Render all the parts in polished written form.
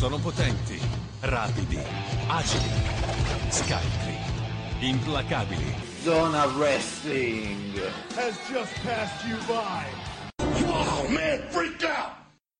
Sono potenti, rapidi, agili, scaltri, implacabili. Zona Wrestling has just passed you by. Wow, man, freak out!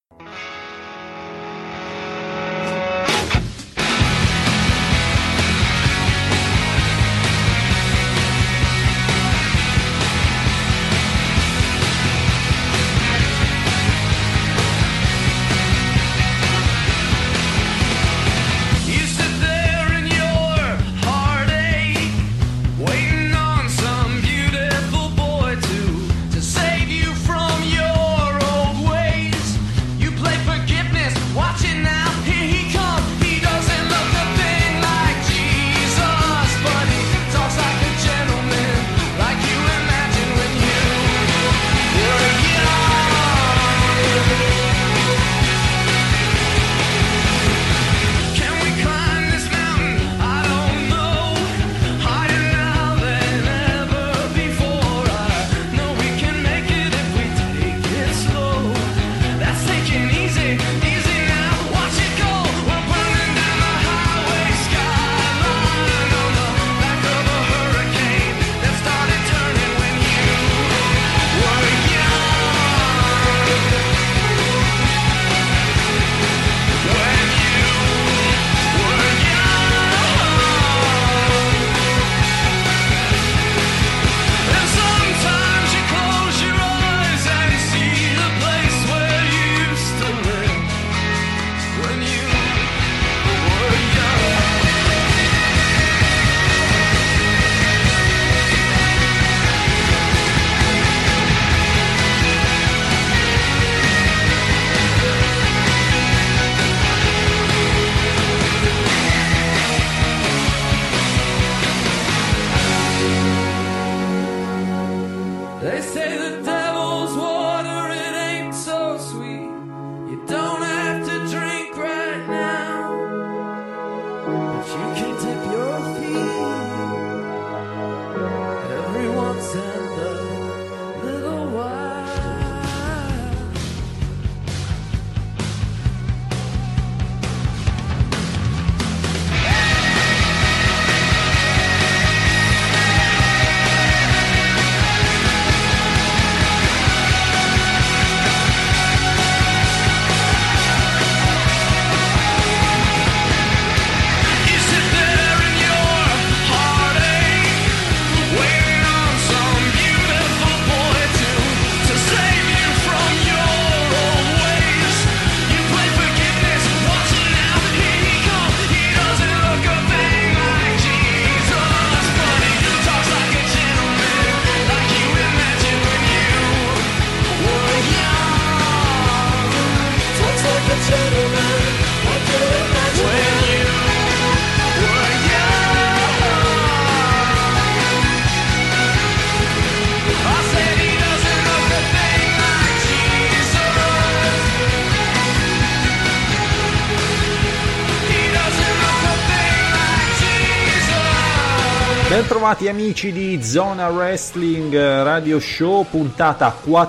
Bentrovati amici di Zona Wrestling Radio Show, puntata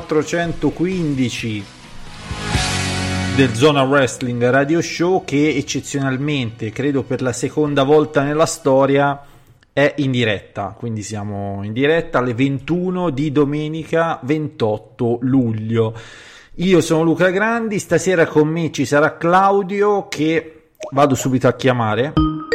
415 del Zona Wrestling Radio Show, che eccezionalmente, credo per la seconda volta nella storia, è in diretta. Quindi siamo in diretta alle 21 di domenica 28 luglio. Io sono Luca Grandi, stasera con me ci sarà Claudio, che vado subito a chiamare.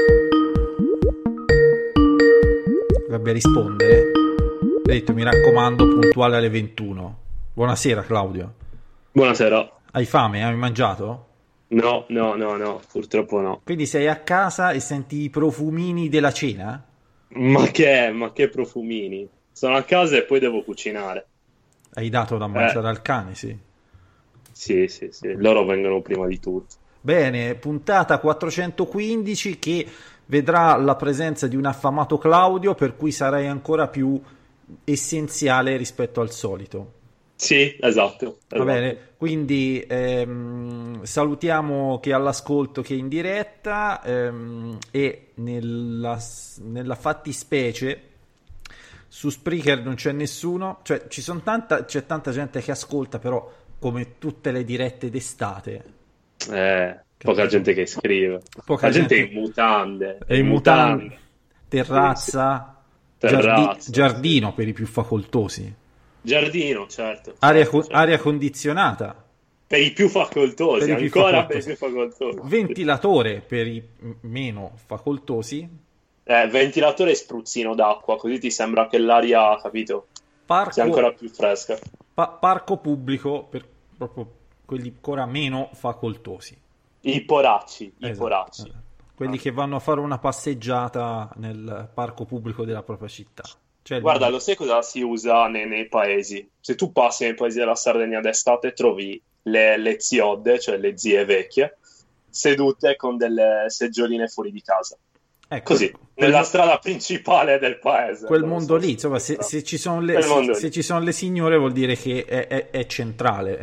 Dovrebbe rispondere. Ho detto, mi raccomando, puntuale alle 21. Buonasera Claudio. Buonasera. Hai fame? Hai mangiato? No, purtroppo no. Quindi sei a casa e senti i profumini della cena? Ma che profumini? Sono a casa e poi devo cucinare. Hai dato da mangiare al cane, sì? Sì, loro vengono prima di tutto. Bene, puntata 415 che vedrà la presenza di un affamato Claudio, per cui sarai ancora più essenziale rispetto al solito. Sì, esatto. Va bene, quindi salutiamo chi è all'ascolto, chi è in diretta, e nella fattispecie su Spreaker non c'è nessuno, cioè c'è tanta gente che ascolta, però come tutte le dirette d'estate Poca gente che scrive. Poca La gente gente è in mutande. è in mutande, terrazza, Terrazza, giardino per i più facoltosi, giardino, certo. aria condizionata, Per i più facoltosi, per i più ancora facoltosi. per i più facoltosi. Ventilatore per i meno facoltosi, Ventilatore e spruzzino d'acqua, così ti sembra che l'aria, capito, sia ancora più fresca. parco pubblico per proprio quelli ancora meno facoltosi. I poracci, i Esatto, poracci. esatto. Quelli che vanno a fare una passeggiata nel parco pubblico della propria città. Cioè, Guarda, lo sai cosa si usa nei paesi? Se tu passi nei paesi della Sardegna d'estate trovi le ziode, cioè le zie vecchie, sedute con delle seggioline fuori di casa. ecco, Così, nella strada principale del paese. quel Non mondo so lì, insomma, se ci sono Quel mondo se lì. ci sono le signore vuol dire che è centrale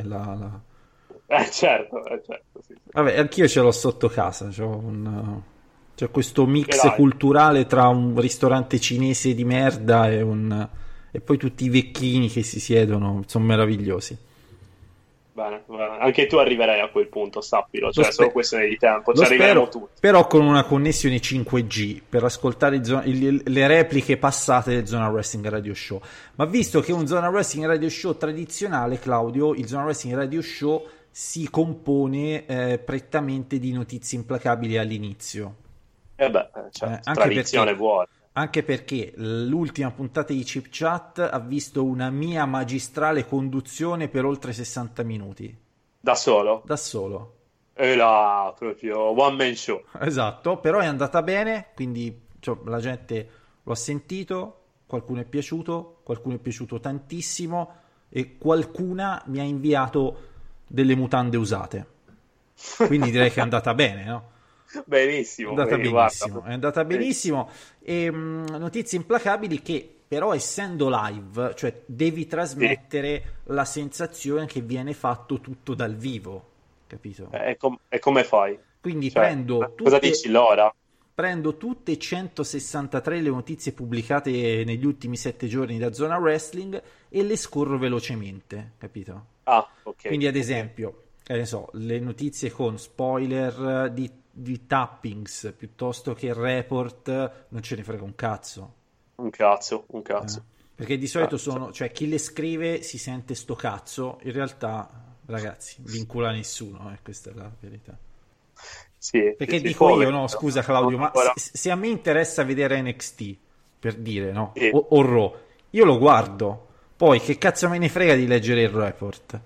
Certo, sì. Vabbè, anch'io ce l'ho sotto casa, c'è questo mix Ce l'hai? culturale tra un ristorante cinese di merda e poi tutti i vecchini che si siedono, sono meravigliosi. Bene, bene. Anche tu arriverai a quel punto, sappilo, cioè Lo è solo spe- questione di tempo, ci Lo arriveremo spero, tutti. però con una connessione 5G per ascoltare le repliche passate del Zona Wrestling Radio Show. Ma visto che è un Zona Wrestling Radio Show tradizionale, Claudio, il Zona Wrestling Radio Show si compone prettamente di notizie implacabili all'inizio. Certo, Anche tradizione perché, vuole. anche perché l'ultima puntata di Chip Chat ha visto una mia magistrale conduzione per oltre 60 minuti, Da solo? da solo. E là, proprio one man show. Esatto, però è andata bene, quindi la gente lo ha sentito, qualcuno è piaciuto tantissimo e qualcuna mi ha inviato delle mutande usate. Quindi direi che è andata bene, no? Benissimo. È andata benissimo, guarda. è andata benissimo. E notizie implacabili che però essendo live, cioè devi trasmettere la sensazione che viene fatto tutto dal vivo, capito? E come fai? Quindi Cioè, cosa dici, l'ora? prendo tutte e 163 le notizie pubblicate negli ultimi 7 giorni da Zona Wrestling e le scorro velocemente, capito? Ah, ok. Quindi ad esempio, che ne so, le notizie con spoiler di tappings piuttosto che report, non ce ne frega un cazzo. Un cazzo. Perché di solito cioè chi le scrive si sente sto cazzo, in realtà, ragazzi, vincula nessuno, questa è la verità. Sì, Perché sì, dico io, povero. no, scusa Claudio, ma Ora- se a me interessa vedere NXT, per dire, no, Sì. o Raw, io lo guardo, poi che cazzo me ne frega di leggere il report?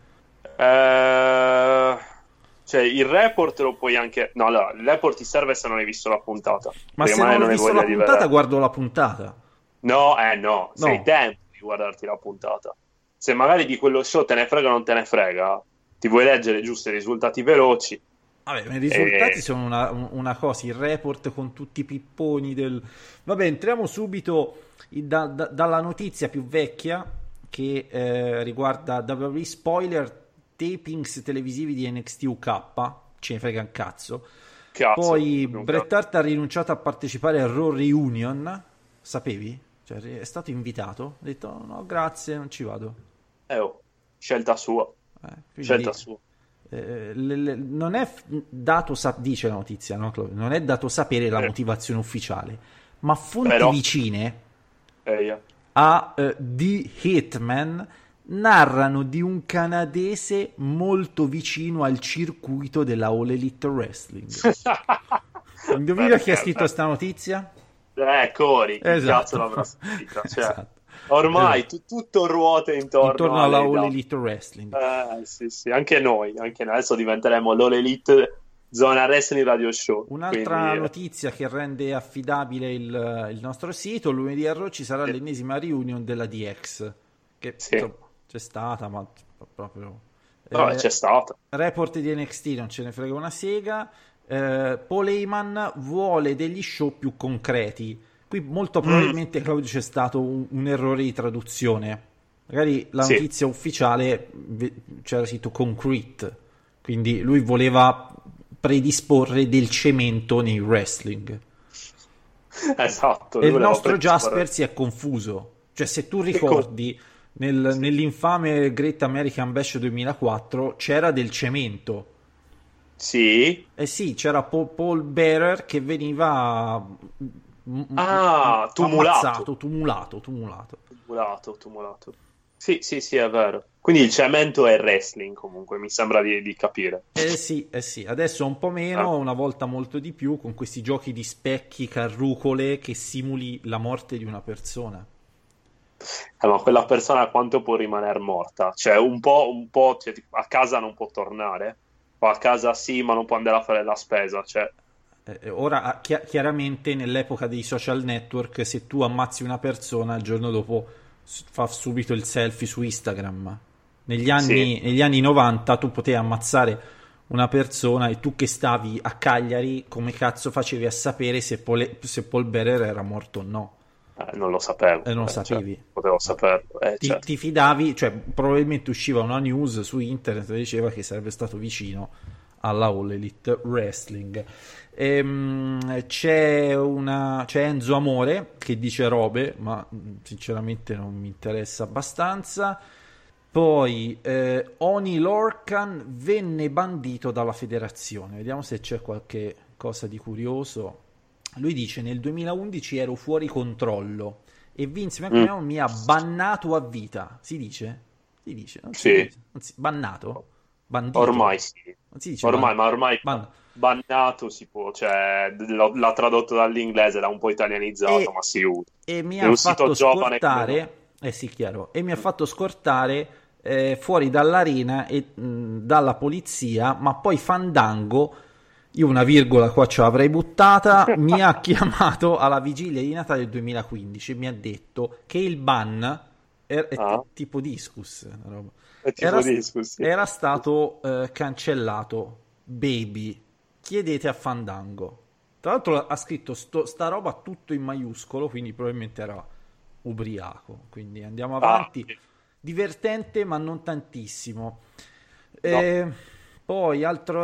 Cioè, il report lo puoi anche... No, allora, il report ti serve se non hai visto la puntata. Ma Perché se non magari ho hai visto voglia la di puntata, vedere. guardo la puntata. No, No. sei tempo di guardarti la puntata. Se magari di quello show te ne frega o non te ne frega, ti vuoi leggere giusto i risultati veloci. Vabbè, ma i risultati sono una cosa, il report con tutti i pipponi del... Vabbè, entriamo subito dalla notizia più vecchia che riguarda WWE spoiler tapings televisivi di NXT UK, ce ne frega un cazzo. Cazzo. Poi non Bret Hart ha rinunciato a partecipare al Raw Reunion, sapevi? Cioè, è stato invitato, ha detto no grazie, non ci vado. Scelta sua. Quindi, Scelta sua. non è dato dice la notizia, no, Claudio? Non è dato sapere la motivazione ufficiale, ma fonti Però- vicine Yeah. a The Hitman narrano di un canadese molto vicino al circuito della All Elite Wrestling. Indovina chi ha scritto sta notizia? Cori, chi Esatto. cazzo l'avrà sentita? Cioè, Esatto. ormai tutto ruota intorno alla alle All date. Elite Wrestling. Sì, anche noi adesso diventeremo l'All Elite Zona Wrestling Radio Show. Un'altra Quindi, notizia che rende affidabile il nostro sito: lunedì a Raw ci sarà l'ennesima reunion della DX, che Sì. insomma, c'è stata, ma proprio vabbè, c'è stata. report di NXT non ce ne frega una sega. Paul Heyman vuole degli show più concreti. Qui molto probabilmente, Claudio, c'è stato un errore di traduzione. Magari la Sì. notizia ufficiale c'era scritto concrete, quindi lui voleva predisporre del cemento nei wrestling. Esatto. E il lui nostro voleva Jasper si è confuso. Cioè, se tu ricordi, nell'infame Great American Bash 2004 c'era del cemento. Sì. Eh sì, c'era Paul Bearer che veniva tumulato. tumulato. Sì, è vero. Quindi il cemento è wrestling comunque, mi sembra di capire. Sì, adesso un po' meno, una volta molto di più, con questi giochi di specchi, carrucole, che simuli la morte di una persona. Ma quella persona quanto può rimanere morta? Cioè un po', cioè, tipo, a casa non può tornare, o a casa sì, ma non può andare a fare la spesa, cioè... Ora, chiaramente, nell'epoca dei social network, se tu ammazzi una persona, il giorno dopo fa subito il selfie su Instagram. Negli anni 90 tu potevi ammazzare una persona e tu che stavi a Cagliari, come cazzo facevi a sapere se Paul Bearer era morto o no? Non lo sapevo. Non sapevi? Cioè, potevo saperlo. Certo. Ti fidavi, cioè probabilmente usciva una news su internet che diceva che sarebbe stato vicino alla All Elite Wrestling. C'è Enzo Amore che dice robe, ma sinceramente non mi interessa abbastanza. Poi Oni Lorcan venne bandito dalla federazione. Vediamo se c'è qualche cosa di curioso. Lui dice: nel 2011 ero fuori controllo e Vince McMahon mi ha bannato a vita. Si dice? Non si dice. Anzi, bannato? Bandito? Ormai sì. Non si dice ormai bannato si può, cioè l'ha tradotto dall'inglese, l'ha un po' italianizzato, ma si usa. E mi ha fatto scortare, sì, chiaro, e mi ha fatto scortare fuori dall'arena e dalla polizia, ma poi Fandango, io una virgola qua ce l'avrei buttata, mi ha chiamato alla vigilia di Natale del 2015 e mi ha detto che il ban è tipo discus, era stato cancellato. Baby, chiedete a Fandango. Tra l'altro ha scritto sta roba tutto in maiuscolo, quindi probabilmente era ubriaco. Quindi andiamo avanti. Divertente ma non tantissimo. No. Poi altro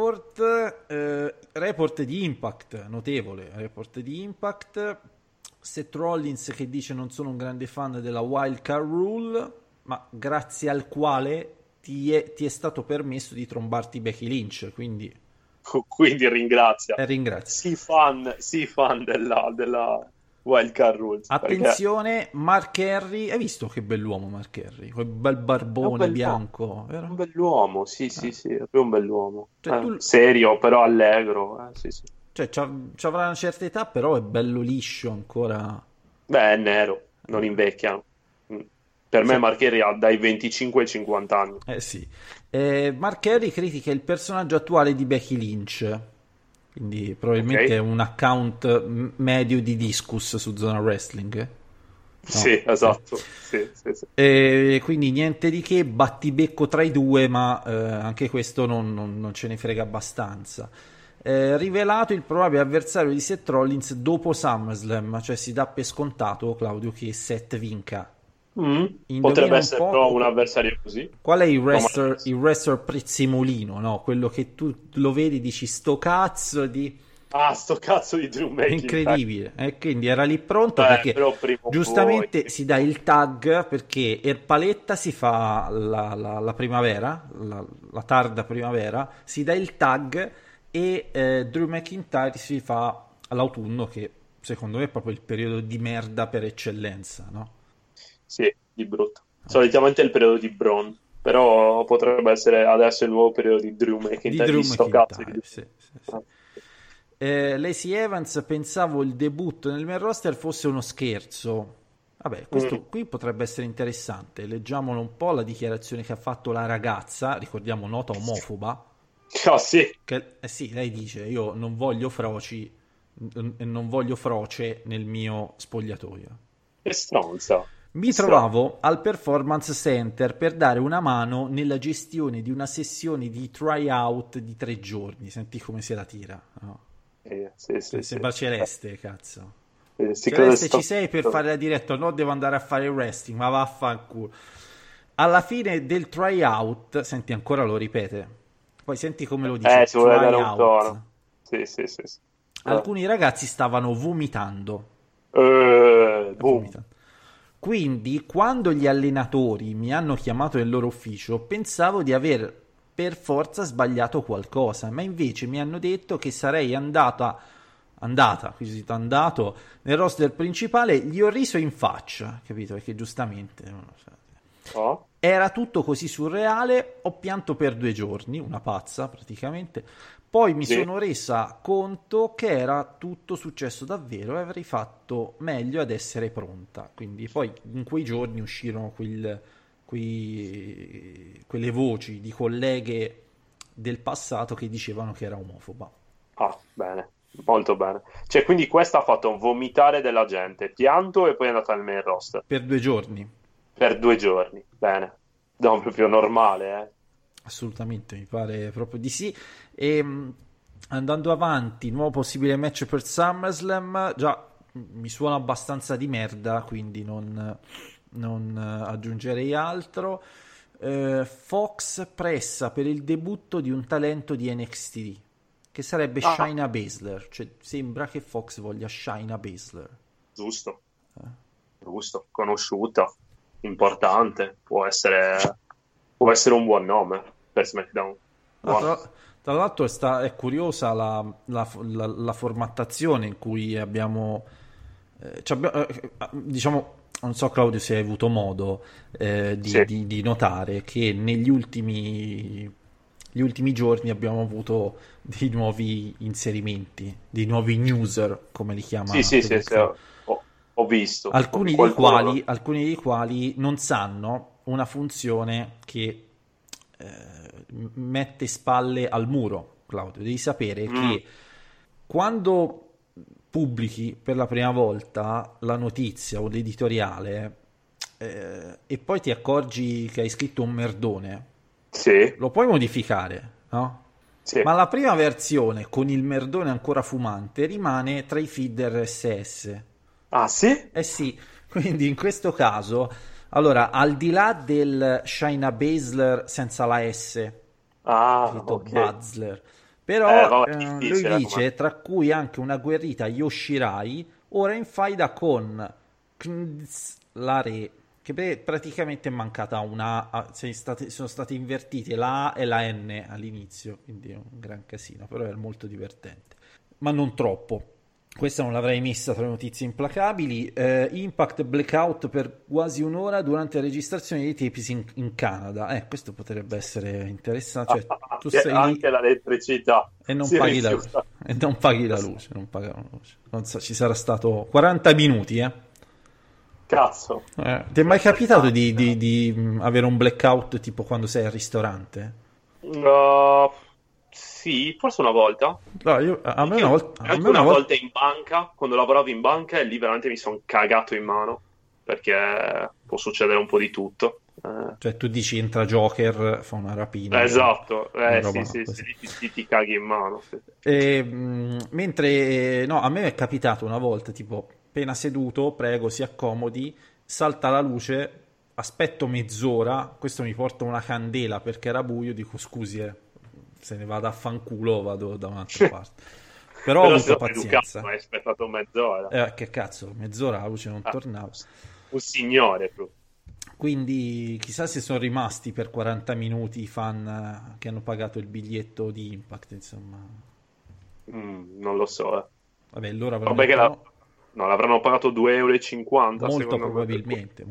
report di Impact, notevole report di Impact. Seth Rollins che dice: non sono un grande fan della Wild Card Rule, ma grazie al quale ti è stato permesso di trombarti Becky Lynch, quindi ringrazia. Ringrazia. Sì, fan della Wild Card Rules. Attenzione, perché... Mark Henry, hai visto che bell'uomo Mark Henry? Quel bel barbone bianco, vero? Un bell'uomo, sì, è proprio un bell'uomo. Cioè, serio, però allegro, sì. Cioè, c'avrà una certa età, però è bello liscio ancora. Beh, è nero, non invecchia. Per me Mark Henry ha dai 25 ai 50 anni. Sì. Mark Henry critica il personaggio attuale di Becky Lynch. Quindi probabilmente è un account medio di Discus su Zona Wrestling. No. Sì, esatto. Sì. Quindi niente di che, battibecco tra i due, ma anche questo non ce ne frega abbastanza. Rivelato il probabile avversario di Seth Rollins dopo SummerSlam, cioè si dà per scontato, Claudio, che Seth vinca. Potrebbe essere però un avversario così. Qual è il wrestler prezzemolino, no? Quello che tu lo vedi e dici sto cazzo di Drew McIntyre, incredibile. E quindi era lì pronto perché giustamente si dà il tag, perché Erpaletta si fa la primavera, la tarda primavera, si dà il tag e Drew McIntyre si fa l'autunno, che secondo me è proprio il periodo di merda per eccellenza, no? Sì, di brutto. Solitamente è il periodo di Braun, però potrebbe essere adesso il nuovo periodo di Drew McIntyre. Sì. Lacey Evans, pensavo il debutto nel main roster fosse uno scherzo. Vabbè, questo qui potrebbe essere interessante. Leggiamolo un po', la dichiarazione che ha fatto la ragazza, ricordiamo nota omofoba. Sì. Sì, lei dice: io non voglio froci e non voglio froce nel mio spogliatoio. Che stronza. Mi trovavo al Performance Center per dare una mano nella gestione di una sessione di tryout di 3 giorni. Senti come se la tira, no? Sì. Sembra Celeste, cazzo. Celeste, ci sei per fare la diretta? No, devo andare a fare il wrestling, ma vaffanculo. Alla fine del tryout, senti, ancora lo ripete. Poi senti come lo dice. Ci vuole dare un tono. Sì. Alcuni ragazzi stavano vomitando. Vomitando. Quindi, quando gli allenatori mi hanno chiamato nel loro ufficio, pensavo di aver per forza sbagliato qualcosa, ma invece mi hanno detto che sarei andato nel roster principale, gli ho riso in faccia, capito? Perché giustamente non lo so. Oh. Era tutto così surreale, ho pianto per 2 giorni, una pazza praticamente, poi mi sono resa conto che era tutto successo davvero e avrei fatto meglio ad essere pronta, quindi poi in quei giorni uscirono quelle voci di colleghe del passato che dicevano che era omofoba. Ah, bene, molto bene. Cioè, quindi questa ha fatto vomitare della gente, pianto e poi è andata nel main roster. Per 2 giorni. Per 2 giorni, bene. No, proprio normale, Assolutamente, mi pare proprio di sì. E andando avanti, nuovo possibile match per SummerSlam, già mi suona abbastanza di merda, quindi non aggiungerei altro. Fox pressa per il debutto di un talento di NXT, che sarebbe Shayna Baszler. Cioè, sembra che Fox voglia Shayna Baszler. Giusto, conosciuta, importante, può essere un buon nome per SmackDown. Tra l'altro è curiosa la formattazione in cui abbiamo, diciamo, non so Claudio se hai avuto modo di notare che negli ultimi giorni abbiamo avuto dei nuovi inserimenti, dei nuovi newser, come li chiama. Sì, ho visto. Alcuni dei quali non sanno una funzione che mette spalle al muro, Claudio. Devi sapere che quando pubblichi per la prima volta la notizia o l'editoriale e poi ti accorgi che hai scritto un merdone, lo puoi modificare, no? Sì. Ma la prima versione con il merdone ancora fumante rimane tra i feed RSS. Ah, sì? Eh sì, quindi in questo caso, allora, al di là del Shayna Baszler senza la S, scritto Baszler, però lui dice, tra cui anche una guerrita Yoshirai, ora in faida con la Re, che praticamente è mancata una A, sono state invertite la A e la N all'inizio, quindi è un gran casino, però è molto divertente, ma non troppo. Questa non l'avrei messa tra le notizie implacabili. Impact blackout per quasi un'ora durante la registrazione dei tapes in Canada. Questo potrebbe essere interessante. Cioè, tu sei anche l'elettricità e non paghi la luce. E non paghi la luce. Non paga la luce. Non so, ci sarà stato 40 minuti, Cazzo. Ti è mai capitato di avere un blackout tipo quando sei al ristorante? Sì, forse una volta. No, una volta in banca, quando lavoravo in banca, e lì veramente mi sono cagato in mano, perché può succedere un po' di tutto. Cioè tu dici entra Joker, fa una rapina. Esatto, sì, ti caghi in mano. Sì. Mentre no, a me è capitato una volta, tipo, appena seduto, prego, si accomodi, salta la luce, aspetto mezz'ora, questo mi porta una candela perché era buio, dico scusi, se ne vado a fanculo, vado da un'altra parte. Però ho avuto pazienza. Hai aspettato mezz'ora. Che cazzo, mezz'ora la luce non tornava. Un signore proprio. Quindi chissà se sono rimasti per 40 minuti i fan che hanno pagato il biglietto di Impact, insomma. Non lo so. Vabbè, loro avranno l'avranno pagato 2,50 €. Molto probabilmente.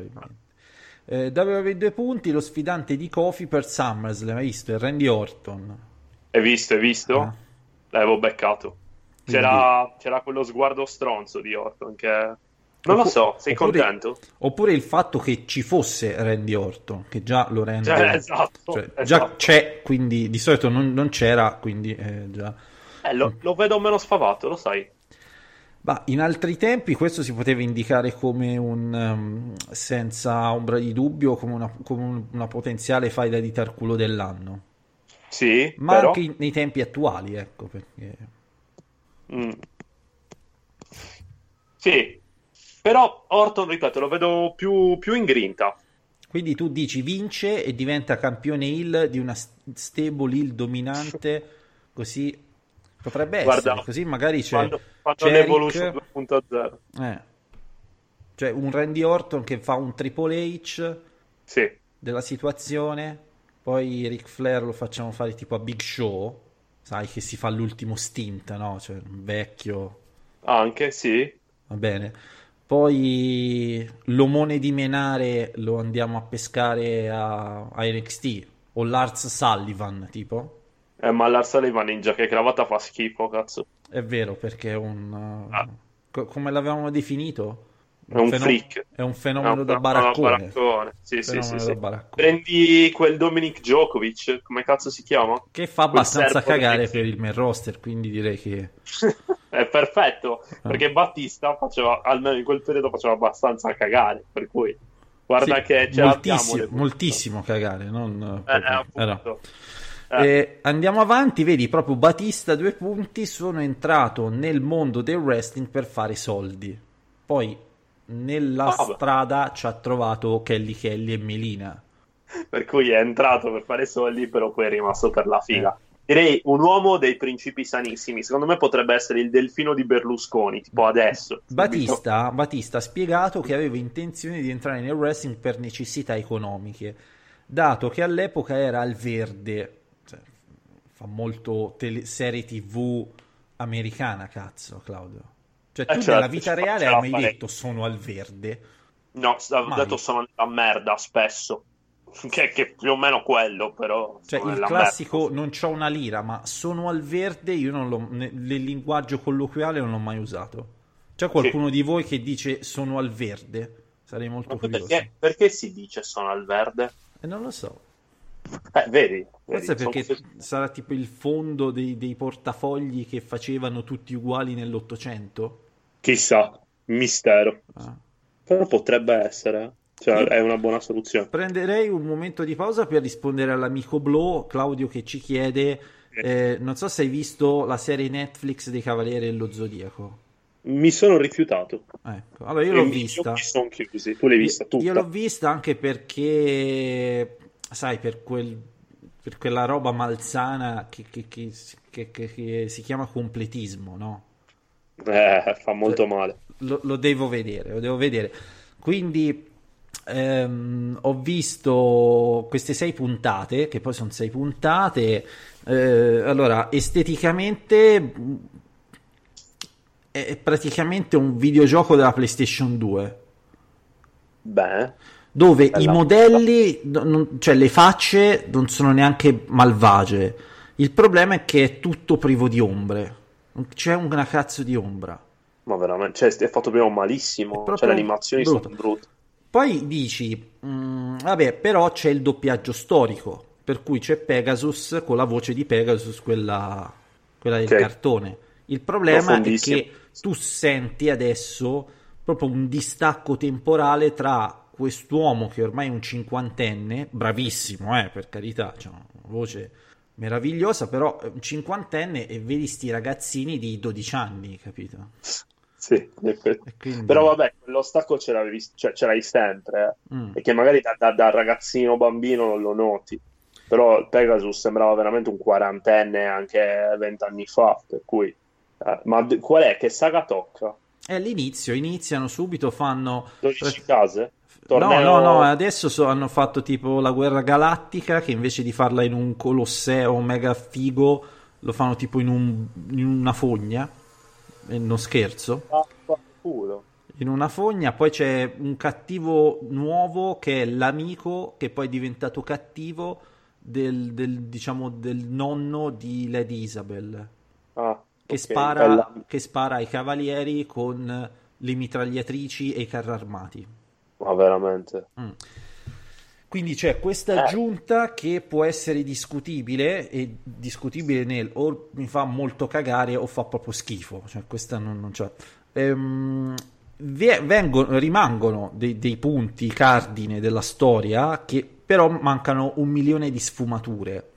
WWE 2 punti, lo sfidante di Kofi per SummerSlam, hai visto? È Randy Orton. Hai visto? L'avevo beccato. C'era quello sguardo stronzo di Orton che... Non lo so, sei contento? Oppure il fatto che ci fosse Randy Orton, che già lo rende... Esatto. Già c'è, quindi di solito non c'era, quindi già... Lo vedo meno sfavato, lo sai. Ma in altri tempi questo si poteva indicare come senza ombra di dubbio, come una potenziale faida di tarculo dell'anno. Sì, ma però... anche nei tempi attuali, ecco, perché... Sì, però Orton, ripeto, lo vedo più in grinta. Quindi tu dici vince e diventa campione heel di una stable heel dominante, così potrebbe essere, così magari c'è l'Evolution 2.0. Cioè un Randy Orton che fa un Triple H sì, della situazione, Poi Ric Flair lo facciamo fare tipo a Big Show, sai che si fa l'ultimo stint, no? Cioè un vecchio, Anche, sì. va bene. Poi l'omone di Menare lo andiamo a pescare a NXT, o Lars Sullivan, tipo. Ma Lars Sullivan in giacca e cravatta fa schifo, cazzo. È vero, perché è Ah, come l'avevamo definito? è un freak. È un È fenomeno un da fenomeno baraccone. baraccone. Sì, sì, Fenomeno sì, da sì. baraccone. Prendi quel Dominic Djokovic, come cazzo si chiama? Che fa Quel abbastanza serbo del cagare Messico. per il main roster, quindi direi che... È perfetto, perché Battista faceva, almeno in quel periodo, faceva abbastanza cagare, per cui guarda Sì, che ce l'abbiamo. moltissimo cagare, non proprio- no. Appunto. Andiamo avanti, vedi, proprio Batista 2 punti, sono entrato nel mondo del wrestling per fare soldi. Poi nella Vabbè. strada ci ha trovato Kelly e Melina. Per cui è entrato per fare soldi, però poi è rimasto per la figa. Direi un uomo dei principi sanissimi. Secondo me potrebbe essere il delfino di Berlusconi, tipo adesso. subito. Batista ha spiegato che aveva intenzione di entrare nel wrestling per necessità economiche, dato che all'epoca era al verde, cioè, fa molto serie TV americana, cazzo, Claudio. Cioè tu Certo, nella vita ci reale faceva hai mai fare- detto sono al verde? No, ho Mai. detto sono a merda spesso. Che è più o meno quello, però. Cioè sono il nella classico merda. non c'ho una lira, ma sono al verde, io non l'ho, nel linguaggio colloquiale non l'ho mai usato. C'è qualcuno di voi che dice sono al verde? Sarei molto Ma poi curioso. perché si dice sono al verde? E non lo so. Vedi? Forse sono perché cose- sarà tipo il fondo dei portafogli che facevano tutti uguali nell'Ottocento? Chissà, mistero. Ah. Però potrebbe essere. Cioè, è una buona soluzione. Prenderei un momento di pausa per rispondere all'amico Blo, Claudio, che ci chiede, non so se hai visto la serie Netflix dei Cavalieri dello Zodiaco. Mi sono rifiutato. Ecco, allora io E l'ho i vista. giochi sono chiusi. Tu l'hai vista tutta? Io l'ho vista anche perché, sai, per quella roba malsana che si chiama completismo, no? Fa molto male. Lo devo vedere. Quindi ho visto queste 6 puntate, che poi sono 6 puntate. Allora, esteticamente è praticamente un videogioco della PlayStation 2. Beh, Dove bella i modelli, cioè le facce, non sono neanche malvagie. Il problema è che è tutto privo di ombre. Non c'è una cazzo di ombra. ma veramente, cioè, è fatto proprio malissimo. È proprio Cioè, le animazioni brutto. sono brutte. Poi dici, vabbè, però c'è il doppiaggio storico, per cui c'è Pegasus con la voce di Pegasus, quella del Ok. cartone. Il problema è Profondissimo. che tu senti adesso proprio un distacco temporale tra quest'uomo che ormai è un cinquantenne, bravissimo, per carità, c'ha una voce meravigliosa, però è un cinquantenne e vedi sti ragazzini di 12 anni, capito? Sì, in effetti. E quindi... Però vabbè, quello stacco ce l'avevi, cioè, ce l'hai sempre, e che magari da ragazzino bambino non lo noti. Però il Pegasus sembrava veramente un quarantenne anche 20 anni fa, per cui... qual è? Che saga tocca? È all'inizio, iniziano subito, fanno... 12 case? No, Torneo... adesso hanno fatto tipo la guerra galattica, che invece di farla in un colosseo mega figo, lo fanno tipo in una fogna, e non scherzo, culo. in una fogna. Poi c'è un cattivo nuovo che è l'amico, che poi è diventato cattivo diciamo, del nonno di Lady Isabel, che, ok, spara, bella. che spara ai cavalieri con le mitragliatrici e i carri armati. Ma veramente. Quindi c'è questa aggiunta che può essere discutibile, e discutibile nel o mi fa molto cagare o fa proprio schifo, cioè questa non c'è. Rimangono dei punti cardine della storia, che però mancano 1 milione di sfumature.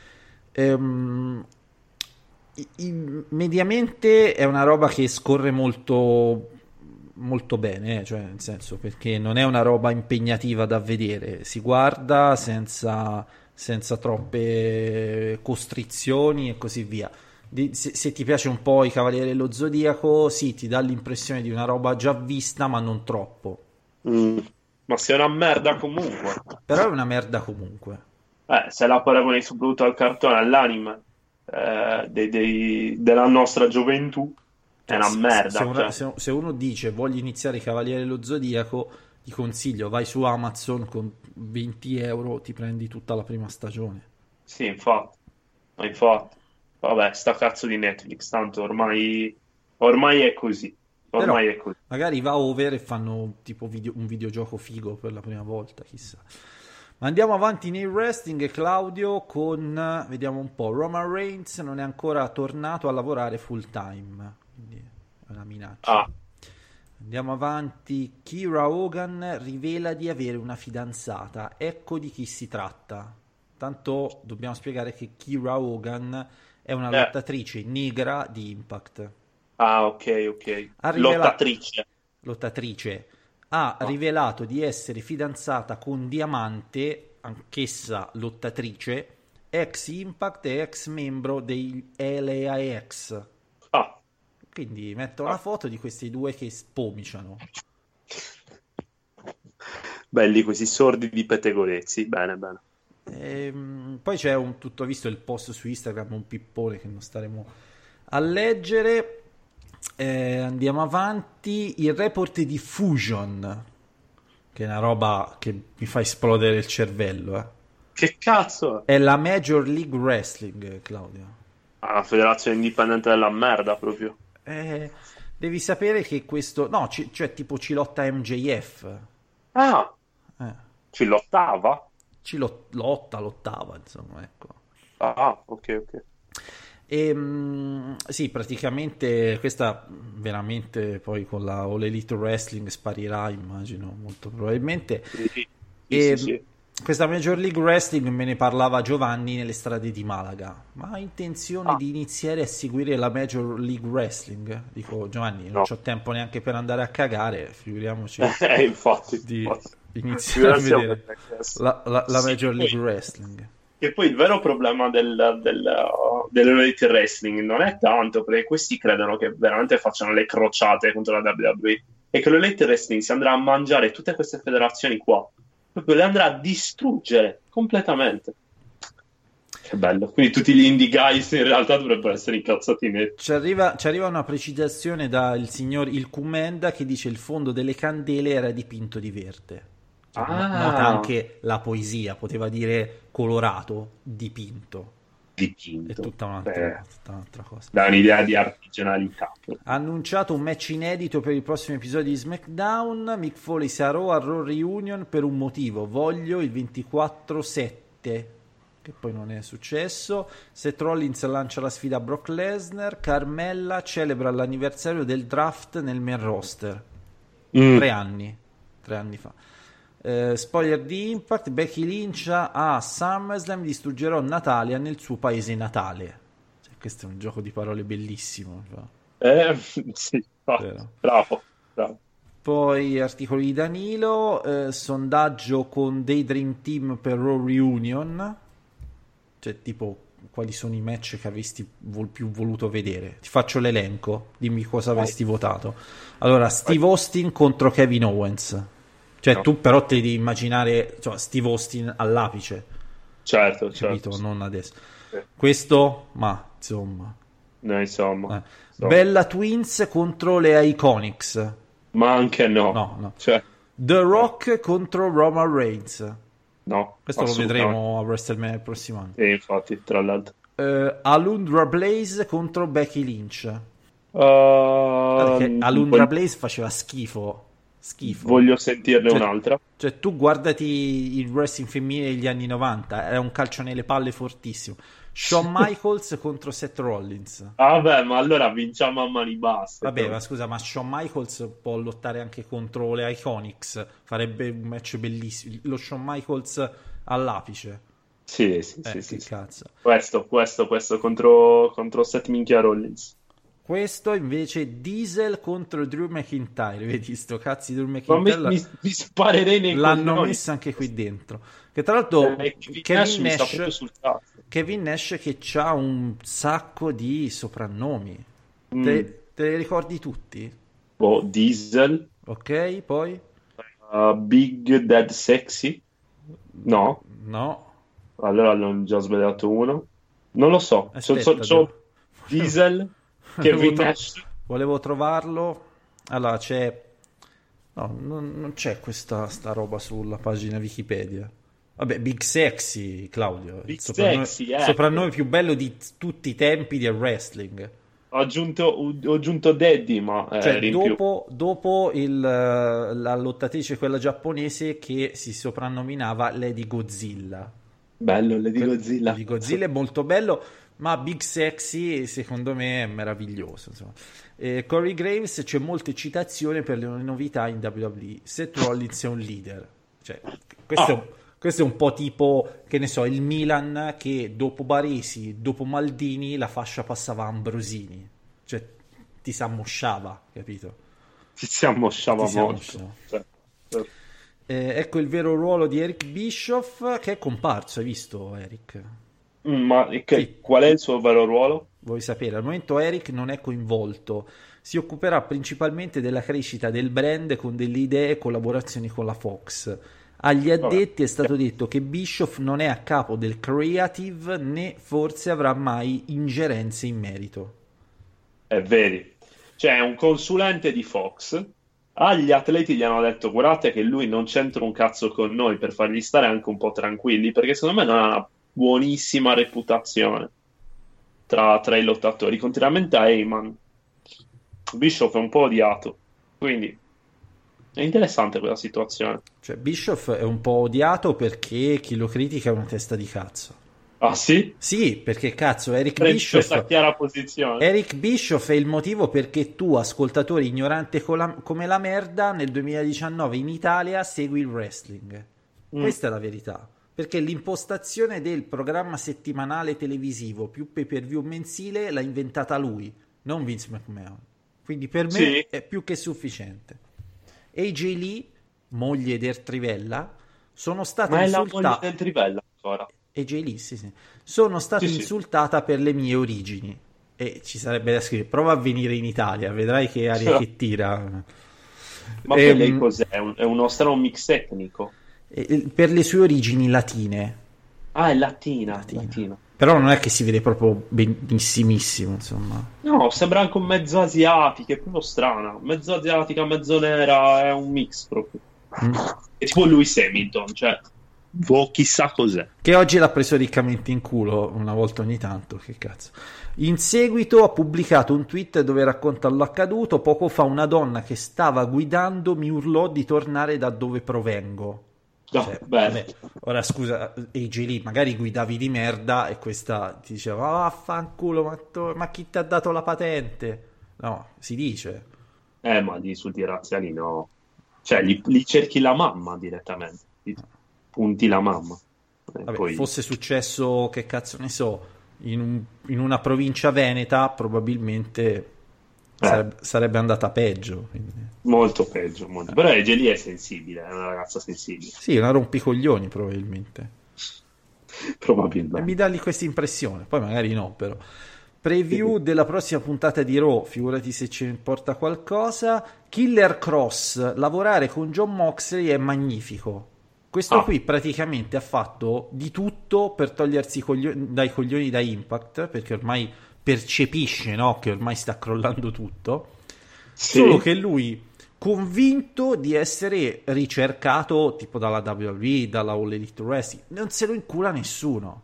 Mediamente è una roba che scorre molto molto bene, cioè nel senso, perché non è una roba impegnativa da vedere, si guarda senza troppe costrizioni e così via. Se ti piace un po' i Cavalieri dello Zodiaco, sì, ti dà l'impressione di una roba già vista, ma non troppo. Ma sei una merda comunque. Però è una merda comunque. Se la paragoni soprattutto al cartone, all'anime della nostra gioventù, è una merda. Se uno dice voglio iniziare i Cavalieri dello Zodiaco, ti consiglio, vai su Amazon con 20 euro, ti prendi tutta la prima stagione. Sì, infatti. Vabbè, sta cazzo di Netflix, tanto ormai è così. Ormai è così. Magari va over e fanno tipo un videogioco figo per la prima volta, chissà. Ma andiamo avanti nel wrestling, Claudio, con, vediamo un po', Roman Reigns non è ancora tornato a lavorare full time, quindi è una minaccia. Andiamo avanti, Kira Hogan rivela di avere una fidanzata, ecco di chi si tratta. Tanto dobbiamo spiegare che Kira Hogan è una lottatrice negra di Impact. Ok. Lottatrice. Ha rivelato di essere fidanzata con Diamante, anch'essa lottatrice, ex Impact e ex membro dei LAX. Quindi metto una foto di questi due che spomiciano. Belli questi sordi di pettegolezzi, bene. Poi c'è tutto visto il post su Instagram, un pippone che non staremo a leggere. Andiamo avanti, il report di Fusion, che è una roba che mi fa esplodere il cervello. Che cazzo è la Major League Wrestling, Claudio. La federazione indipendente della merda proprio. Devi sapere che questo cioè tipo ci lotta MJF. Ci lottava? Lottava, insomma, ecco. Ok. Sì, praticamente questa veramente poi con la All Elite Wrestling sparirà, immagino, molto probabilmente. Sì. Questa Major League Wrestling me ne parlava Giovanni nelle strade di Malaga. Ma ha intenzione di iniziare a seguire la Major League Wrestling? Dico, Giovanni, non c'ho tempo neanche per andare a cagare, figuriamoci di iniziare a vedere la Major League Wrestling. Che poi il vero problema dell'Elite Wrestling non è tanto perché questi credono che veramente facciano le crociate contro la WWE, e che l'Elite Wrestling si andrà a mangiare tutte queste federazioni qua, proprio le andrà a distruggere completamente. Che bello. Quindi tutti gli indie guys in realtà dovrebbero essere incazzati netti. Ci arriva una precisazione dal signor Il Cumenda che dice il fondo delle candele era dipinto di verde. Nota anche la poesia, poteva dire colorato, dipinto. È tutta un'altra cosa. Da un'idea di artigianalità. Ha annunciato un match inedito per il prossimo episodio di SmackDown. Mick Foley sarà a Raw Reunion per un motivo: voglio il 24/7, che poi non è successo. Seth Rollins lancia la sfida a Brock Lesnar. Carmella celebra l'anniversario del draft nel main roster. 3 anni fa. Spoiler di Impact: Becky Lynch a SummerSlam distruggerò Natalia nel suo paese natale. Questo è un gioco di parole bellissimo. Sì, bravo. Poi articoli di Danilo, sondaggio con dei Dream Team per Raw Reunion, cioè tipo quali sono i match che avresti più voluto vedere. Ti faccio l'elenco, dimmi cosa avresti votato. Allora, Steve Austin contro Kevin Owens. Cioè tu però te devi immaginare, cioè, Steve Austin all'apice. Certo. Non adesso. Questo, ma insomma. Bella Twins contro le Iconics. Ma anche no. Cioè, The Rock contro Roman Reigns. No. Questo lo vedremo a WrestleMania il prossimo anno. Infatti, tra l'altro. Alundra Blaze contro Becky Lynch. Alundra Blaze faceva schifo. Voglio sentirne un'altra. Cioè tu guardati il wrestling femminile degli anni 90, era un calcio nelle palle fortissimo. Shawn Michaels contro Seth Rollins. Vabbè, ma allora vinciamo a mani basse. Vabbè, ma scusa, ma Shawn Michaels può lottare anche contro le Iconics, farebbe un match bellissimo. Lo Shawn Michaels all'apice. Sì. Cazzo. Questo contro Seth minchia Rollins. Questo invece Diesel contro Drew McIntyre. Vedi sto cazzo di Drew McIntyre? Mi sparerei nei l'hanno messo anche qui dentro. Che tra l'altro Kevin Nash che c'ha un sacco di soprannomi. Te li ricordi tutti? Diesel. Ok, poi? Big Dead Sexy. No. Allora hanno già sbagliato uno. Non lo so. Aspetta, C'ho Diesel, Kevin Nash. Volevo trovarlo. Allora c'è... No, non c'è sta roba sulla pagina Wikipedia. Vabbè, Big Sexy, Claudio. Big Il soprannome, Sexy, ecco. soprannome più bello di tutti i tempi del wrestling. Ho aggiunto Daddy, ma Cioè, era in più. dopo la lottatrice, quella giapponese, che si soprannominava Lady Godzilla. Bello, Lady Godzilla. Lady Godzilla è molto bello, ma Big Sexy secondo me è meraviglioso. Insomma. Corey Graves, c'è molta eccitazione per le novità in WWE. Seth Rollins è un leader. Cioè, questo è un po' tipo, che ne so, il Milan che dopo Baresi, dopo Maldini, la fascia passava a Ambrosini. Cioè, ti si ammosciava, capito? Si ammosciava Ti si molto. ammosciava. Cioè, Ecco il vero ruolo di Eric Bischoff, che è comparso, hai visto, Eric? ma Sì. qual è il suo vero ruolo? Vuoi sapere? Al momento Eric non è coinvolto, si occuperà principalmente della crescita del brand con delle idee e collaborazioni con la Fox. Agli addetti è stato detto che Bischoff non è a capo del creative né forse avrà mai ingerenze in merito. È vero. Cioè, è un consulente di Fox. Agli atleti gli hanno detto: guardate che lui non c'entra un cazzo con noi, per fargli stare anche un po' tranquilli, perché secondo me non ha una buonissima reputazione tra i lottatori, contrariamente a Heyman. Bischoff è un po' odiato, quindi è interessante quella situazione. Cioè Bischoff è un po' odiato perché chi lo critica è una testa di cazzo. Ah sì? Sì, perché cazzo, Eric Prende Bischoff... questa chiara posizione. Eric Bischoff è il motivo perché tu, ascoltatore ignorante come la merda, nel 2019 in Italia segui il wrestling. Questa è la verità. Perché l'impostazione del programma settimanale televisivo più pay-per-view mensile l'ha inventata lui, non Vince McMahon. Quindi per me Sì. è più che sufficiente. AJ Lee, moglie del Trivella, sono stata Ma è la moglie insultata... del Trivella ancora. AJ Lee, sì. Sono stata Sì, sì. insultata per le mie origini. E ci sarebbe da scrivere: prova a venire in Italia, vedrai che aria che tira. Ma poi lei cos'è? È uno strano mix etnico. Per le sue origini latine. Ah, è latina. Però non è che si vede proprio benissimissimo, insomma. No, sembra anche un mezzo asiatica, è proprio strana. Mezzo asiatica, mezzo nera, è un mix proprio. È tipo Lewis Hamilton, cioè... chissà cos'è. Che oggi l'ha preso riccamente in culo una volta ogni tanto, che cazzo. In seguito ha pubblicato un tweet dove racconta l'accaduto. Poco fa una donna che stava guidando mi urlò di tornare da dove provengo. Cioè, vabbè, ora scusa, AJ Lee, magari guidavi di merda e questa ti diceva: vaffanculo, ma chi ti ha dato la patente? No, si dice. Ma gli insulti razziali no. Cioè, li cerchi la mamma direttamente. Punti la mamma. Vabbè, Poi... fosse successo, che cazzo ne so, in una provincia veneta, probabilmente sarebbe andata peggio. Quindi. Molto peggio. Però Egeli è sensibile, è una ragazza sensibile. Sì, una rompicoglioni probabilmente. Probabilmente. E mi dà lì questa impressione, poi magari no, però. Preview della prossima puntata di Raw, figurati se ci importa qualcosa. Killer Cross, lavorare con Jon Moxley è magnifico. Questo qui praticamente ha fatto di tutto per togliersi dai coglioni da Impact, perché ormai percepisce, no, che ormai sta crollando tutto. Sì. Solo che lui, convinto di essere ricercato tipo dalla WWE, dalla All Elite Wrestling, non se lo incula nessuno.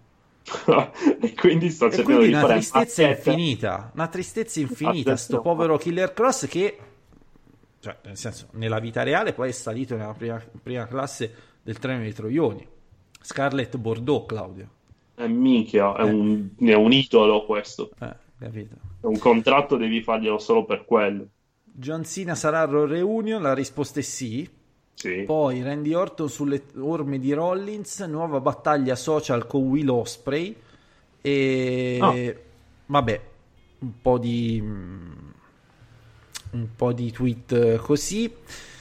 E quindi sta cercando di fare una tristezza infinita, sto povero Killer Cross che, cioè, nel senso, nella vita reale poi è salito nella prima classe del treno dei Troioni. Scarlett Bordeaux, Claudio. Minchia, è un idolo questo. Capito. È un contratto, devi farglielo solo per quello. John Cena sarà a Raw Reunion? La risposta è sì. Sì. Poi Randy Orton sulle orme di Rollins, nuova battaglia social con Will Ospreay e vabbè, un po' di tweet così.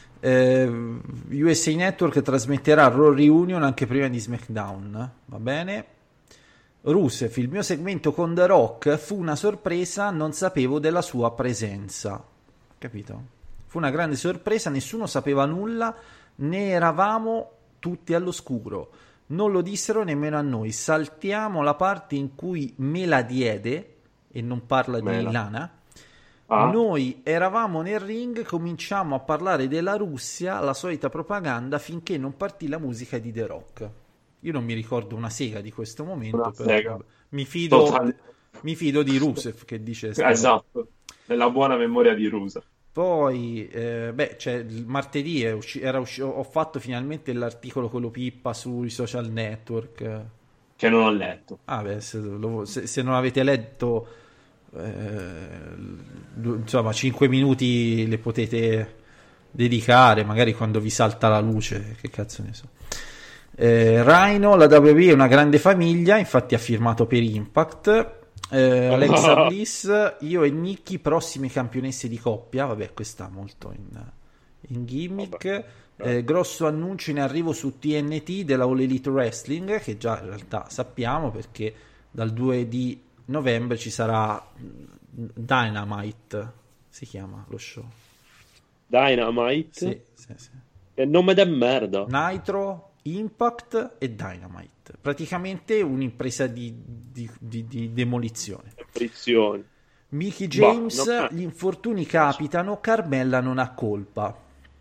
USA Network trasmetterà Raw Reunion anche prima di SmackDown, va bene. Rusev, il mio segmento con The Rock fu una sorpresa, non sapevo della sua presenza, capito? Fu una grande sorpresa, nessuno sapeva nulla, ne eravamo tutti all'oscuro. Non lo dissero nemmeno a noi. Saltiamo la parte in cui me la diede, e non parla di Lana. Noi eravamo nel ring, cominciamo a parlare della Russia, la solita propaganda, finché non partì la musica di The Rock. Io non mi ricordo una sega di questo momento, però mi fido di Rusev che dice esatto, nella buona memoria di Rusev. Poi il martedì ho fatto finalmente l'articolo quello pippa sui social network che non ho letto. Se non avete letto, insomma 5 minuti le potete dedicare, magari quando vi salta la luce, che cazzo ne so. Rhino, la WWE è una grande famiglia, infatti ha firmato per Impact. Alexa Bliss, io e Nikki prossime campionesse di coppia. Vabbè, questa molto in gimmick. Grosso annuncio in arrivo su TNT della All Elite Wrestling, che già in realtà sappiamo, perché dal 2 di novembre ci sarà Dynamite, si chiama lo show. Dynamite? Sì. È il nome del merda. Nitro, Impact e Dynamite. Praticamente un'impresa di demolizione. Mickie James, gli infortuni capitano, Carmella non ha colpa.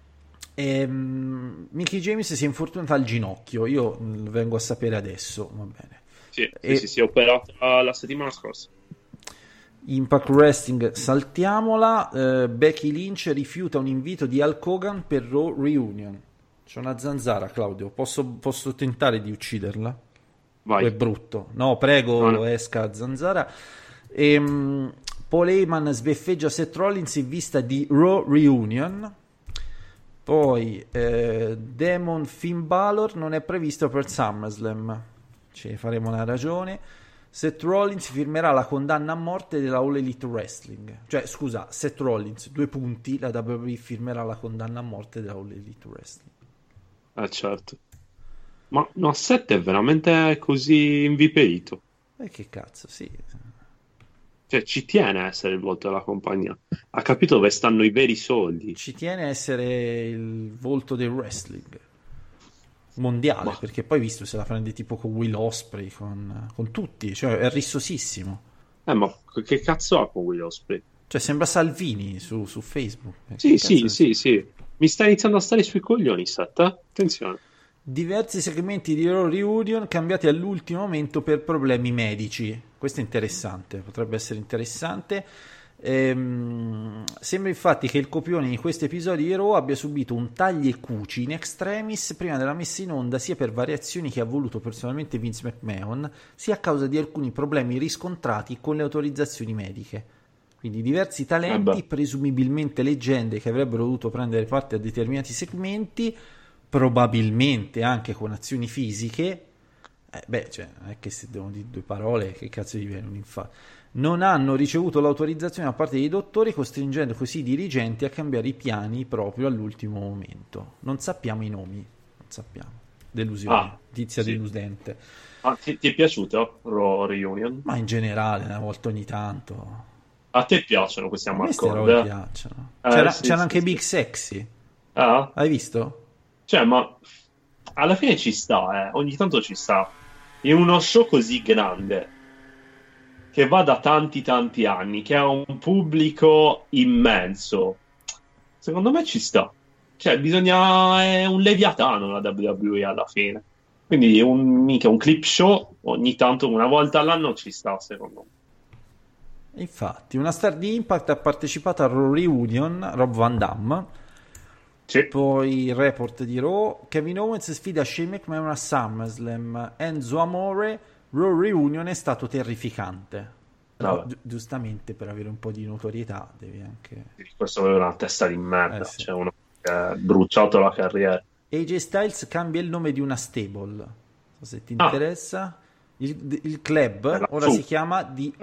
Mickie James si è infortunata al ginocchio, io lo vengo a sapere adesso, va bene. Si è operata la settimana scorsa. Impact Wrestling, saltiamola. Becky Lynch rifiuta un invito di Hulk Hogan per Raw Reunion. C'è una zanzara, Claudio, posso tentare di ucciderla? Vai. È brutto. No, prego, no. Esca zanzara. Paul Heyman sbeffeggia Seth Rollins in vista di Raw Reunion. Poi Demon Finn Balor non è previsto per SummerSlam. Ci faremo una ragione. Seth Rollins firmerà la condanna a morte della All Elite Wrestling. Cioè, scusa, Seth Rollins, 2 punti, la WWE firmerà la condanna a morte della All Elite Wrestling. Certo. Ma no, Seth è veramente così inviperito? Che cazzo, sì. Cioè, ci tiene a essere il volto della compagnia. Ha capito dove stanno i veri soldi. Ci tiene a essere il volto del wrestling mondiale, perché poi visto se la prende tipo con Will Ospreay, con tutti, cioè è rissosissimo. Ma che cazzo ha con Will Ospreay? Cioè sembra Salvini su Facebook. Sì. Mi sta iniziando a stare sui coglioni, Seth. Attenzione. Diversi segmenti di Raw Reunion cambiati all'ultimo momento per problemi medici. Questo è interessante, potrebbe essere interessante. Sembra infatti che il copione di questo episodio di Raw abbia subito un tagli e cuci in extremis prima della messa in onda, sia per variazioni che ha voluto personalmente Vince McMahon, sia a causa di alcuni problemi riscontrati con le autorizzazioni mediche. Quindi diversi talenti, presumibilmente leggende, che avrebbero dovuto prendere parte a determinati segmenti, probabilmente anche con azioni fisiche. Cioè, non è che se devono dire 2 parole, che cazzo gli viene un infarto. Non hanno ricevuto l'autorizzazione da parte dei dottori, costringendo così i dirigenti a cambiare i piani proprio all'ultimo momento. Non sappiamo i nomi, non sappiamo. Delusione, notizia deludente. Ti è piaciuto Raw Reunion? Ma in generale, una volta ogni tanto. A te piacciono questi Amarcord? A me piacciono. C'era anche Big Sexy. Hai visto? Cioè, ma alla fine ci sta, ogni tanto ci sta. In uno show così grande, che va da tanti anni, che ha un pubblico immenso, secondo me ci sta. Cioè, è un leviatano la WWE alla fine. Quindi un clip show ogni tanto, una volta all'anno, ci sta, secondo me. Infatti, una star di Impact ha partecipato a Raw Reunion, Rob Van Dam. Sì. Poi il report di Raw, Kevin Owens sfida Shane McMahon a SummerSlam, Enzo Amore, Raw Reunion è stato terrificante. Giustamente, per avere un po' di notorietà devi anche... Questo aveva una testa di merda, sì. Cioè uno che ha bruciato la carriera. AJ Styles cambia il nome di una stable, non so se ti interessa. Il club ora si chiama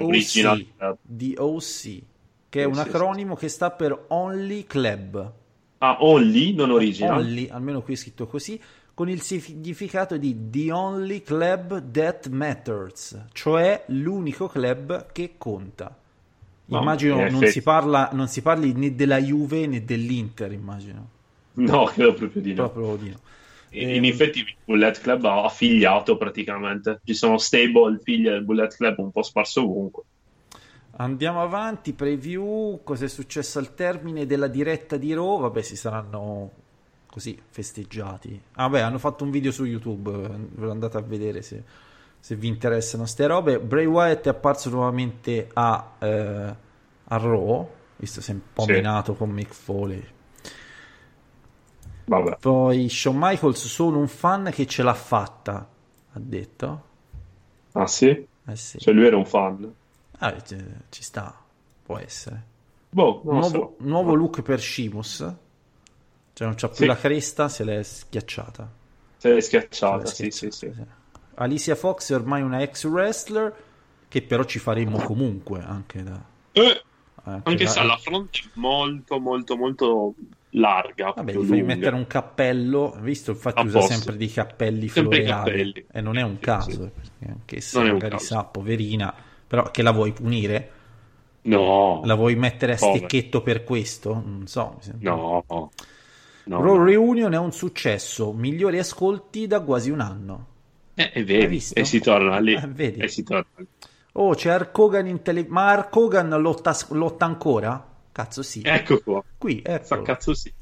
The OC, che è un acronimo che sta per Only Club. Only, non original. Only, almeno qui è scritto così, con il significato di The Only Club That Matters, cioè l'unico club che conta. Immagino non si parli né della Juve né dell'Inter, immagino. No, credo proprio di no. Proprio di no. In effetti il Bullet Club ha affiliato praticamente. Ci sono stable, figlie del Bullet Club un po' sparso ovunque. Andiamo avanti, preview, cosa è successo al termine della diretta di Raw? Vabbè, si saranno così festeggiati. Vabbè, hanno fatto un video su YouTube, ve lo andate a vedere se vi interessano ste robe. Bray Wyatt è apparso nuovamente a Raw, visto si è un po' minato con Mick Foley. Vabbè. Poi Shawn Michaels, sono un fan che ce l'ha fatta, ha detto. Ah sì? Sì. Cioè lui era un fan. Ci sta, può essere. Boh, non nuovo look per Sheamus, cioè non c'ha più la cresta, se l'è schiacciata. Sì. Alicia Fox è ormai una ex wrestler che però ci faremo comunque anche da anche se alla fronte è molto molto molto larga. Vabbè, gli fai mettere un cappello, visto, infatti usa sempre dei cappelli floreali e non è un caso, perché anche se magari sa, poverina, però che la vuoi punire? No. La vuoi mettere a stecchetto per questo? Non so. No. Raw Reunion è un successo, migliori ascolti da quasi un anno. Vedi, e si torna lì. Vedi. E si torna lì. Oh, c'è Hulk Hogan ma Hulk Hogan lotta ancora? Cazzo sì. Ecco qua. Qui, ecco. Cazzo sì.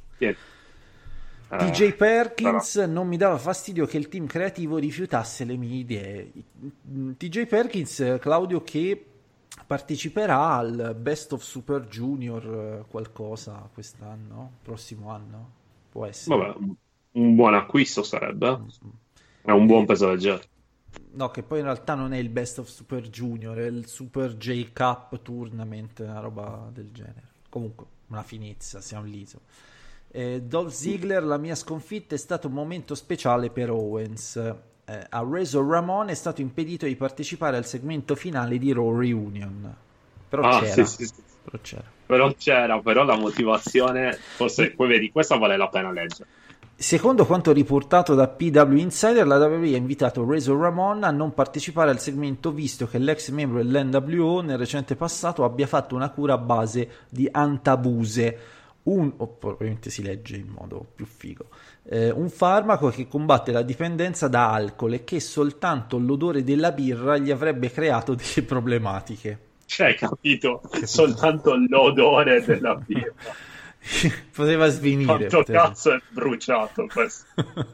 TJ Perkins, non mi dava fastidio che il team creativo rifiutasse le mie idee. TJ Perkins, Claudio, che parteciperà al Best of Super Junior qualcosa quest'anno, prossimo anno, può essere. Vabbè, un buon acquisto sarebbe. È un buon peso leggero. No, che poi in realtà non è il Best of Super Junior, è il Super J Cup Tournament, una roba del genere. Comunque, una finezza, siamo liso. Dolph Ziggler, la mia sconfitta è stato un momento speciale per Owens. A Razor Ramon è stato impedito di partecipare al segmento finale di Raw Reunion. Però c'era. Sì. Però c'era. Però la motivazione, forse, poi vedi, questa vale la pena leggere. Secondo quanto riportato da PW Insider, la WWE ha invitato Razor Ramon a non partecipare al segmento, visto che l'ex membro dell'NWO nel recente passato abbia fatto una cura a base di antabuse, ovviamente si legge in modo più figo, un farmaco che combatte la dipendenza da alcol e che soltanto l'odore della birra gli avrebbe creato delle problematiche. Cioè, capito? Soltanto l'odore della birra. Poteva svenire. Quanto cazzo è bruciato questo?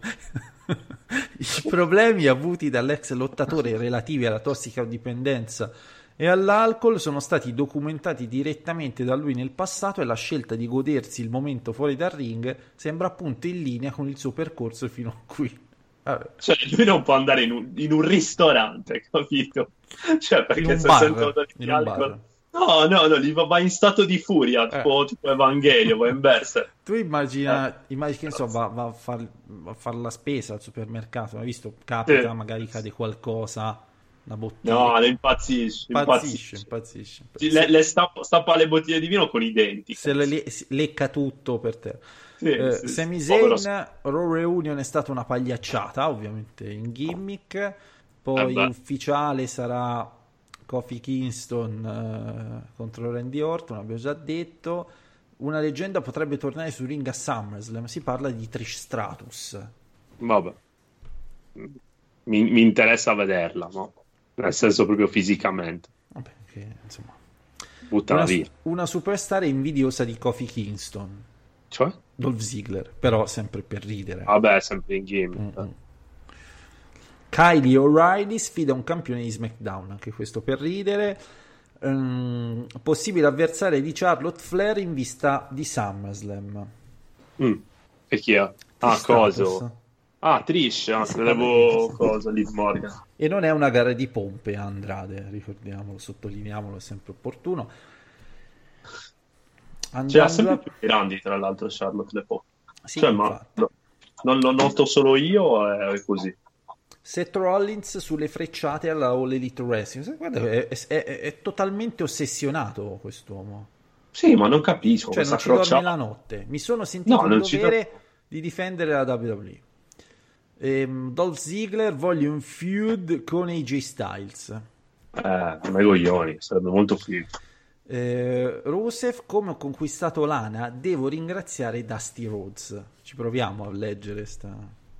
I problemi avuti dall'ex lottatore relativi alla tossicodipendenza e all'alcol sono stati documentati direttamente da lui nel passato e la scelta di godersi il momento fuori dal ring sembra appunto in linea con il suo percorso fino a qui. Vabbè. Cioè lui non può andare in un ristorante, capito? Cioè perché se sente odore di alcol... No, lì va in stato di furia, tipo Evangelio, va in Berserk. Tu immagina che va a far la spesa al supermercato, hai visto? Capita, magari cade qualcosa, una bottiglia. No, le impazzisce. Le stappa le bottiglie di vino con i denti. Se le lecca tutto per te. Sì, Sami Zayn, Raw Reunion è stata una pagliacciata, ovviamente in gimmick, poi ufficiale sarà Kofi Kingston contro Randy Orton, abbiamo già detto. Una leggenda potrebbe tornare sul ring a SummerSlam, si parla di Trish Stratus. Vabbè, mi interessa vederla, no? Nel senso proprio fisicamente. Vabbè, che, insomma, buttala via. Una superstar invidiosa di Kofi Kingston, cioè? Dolph Ziggler, però sempre per ridere. Vabbè, sempre in gimmick. Kylie O'Reilly sfida un campione di SmackDown, anche questo per ridere. Possibile avversario di Charlotte Flair in vista di SummerSlam. E chi è? Coso. Trish, credevo cosa, Liv Morgan. E non è una gara di pompe, Andrade, ricordiamolo, sottolineiamolo, è sempre opportuno. C'è sempre più grandi, tra l'altro, Charlotte le pompe. Sì, ma non lo noto solo io, è così. Seth Rollins sulle frecciate alla All Elite Wrestling. Guarda, è totalmente ossessionato quest'uomo. Sì, ma non capisco. Cioè, non ci dorme la notte. Mi sono sentito in dovere di difendere la WWE. Dolph Ziggler, voglio un feud con AJ Styles. Come coglioni, sarebbe molto figo. Rusev, come ho conquistato Lana, devo ringraziare Dusty Rhodes. Ci proviamo a leggere sta...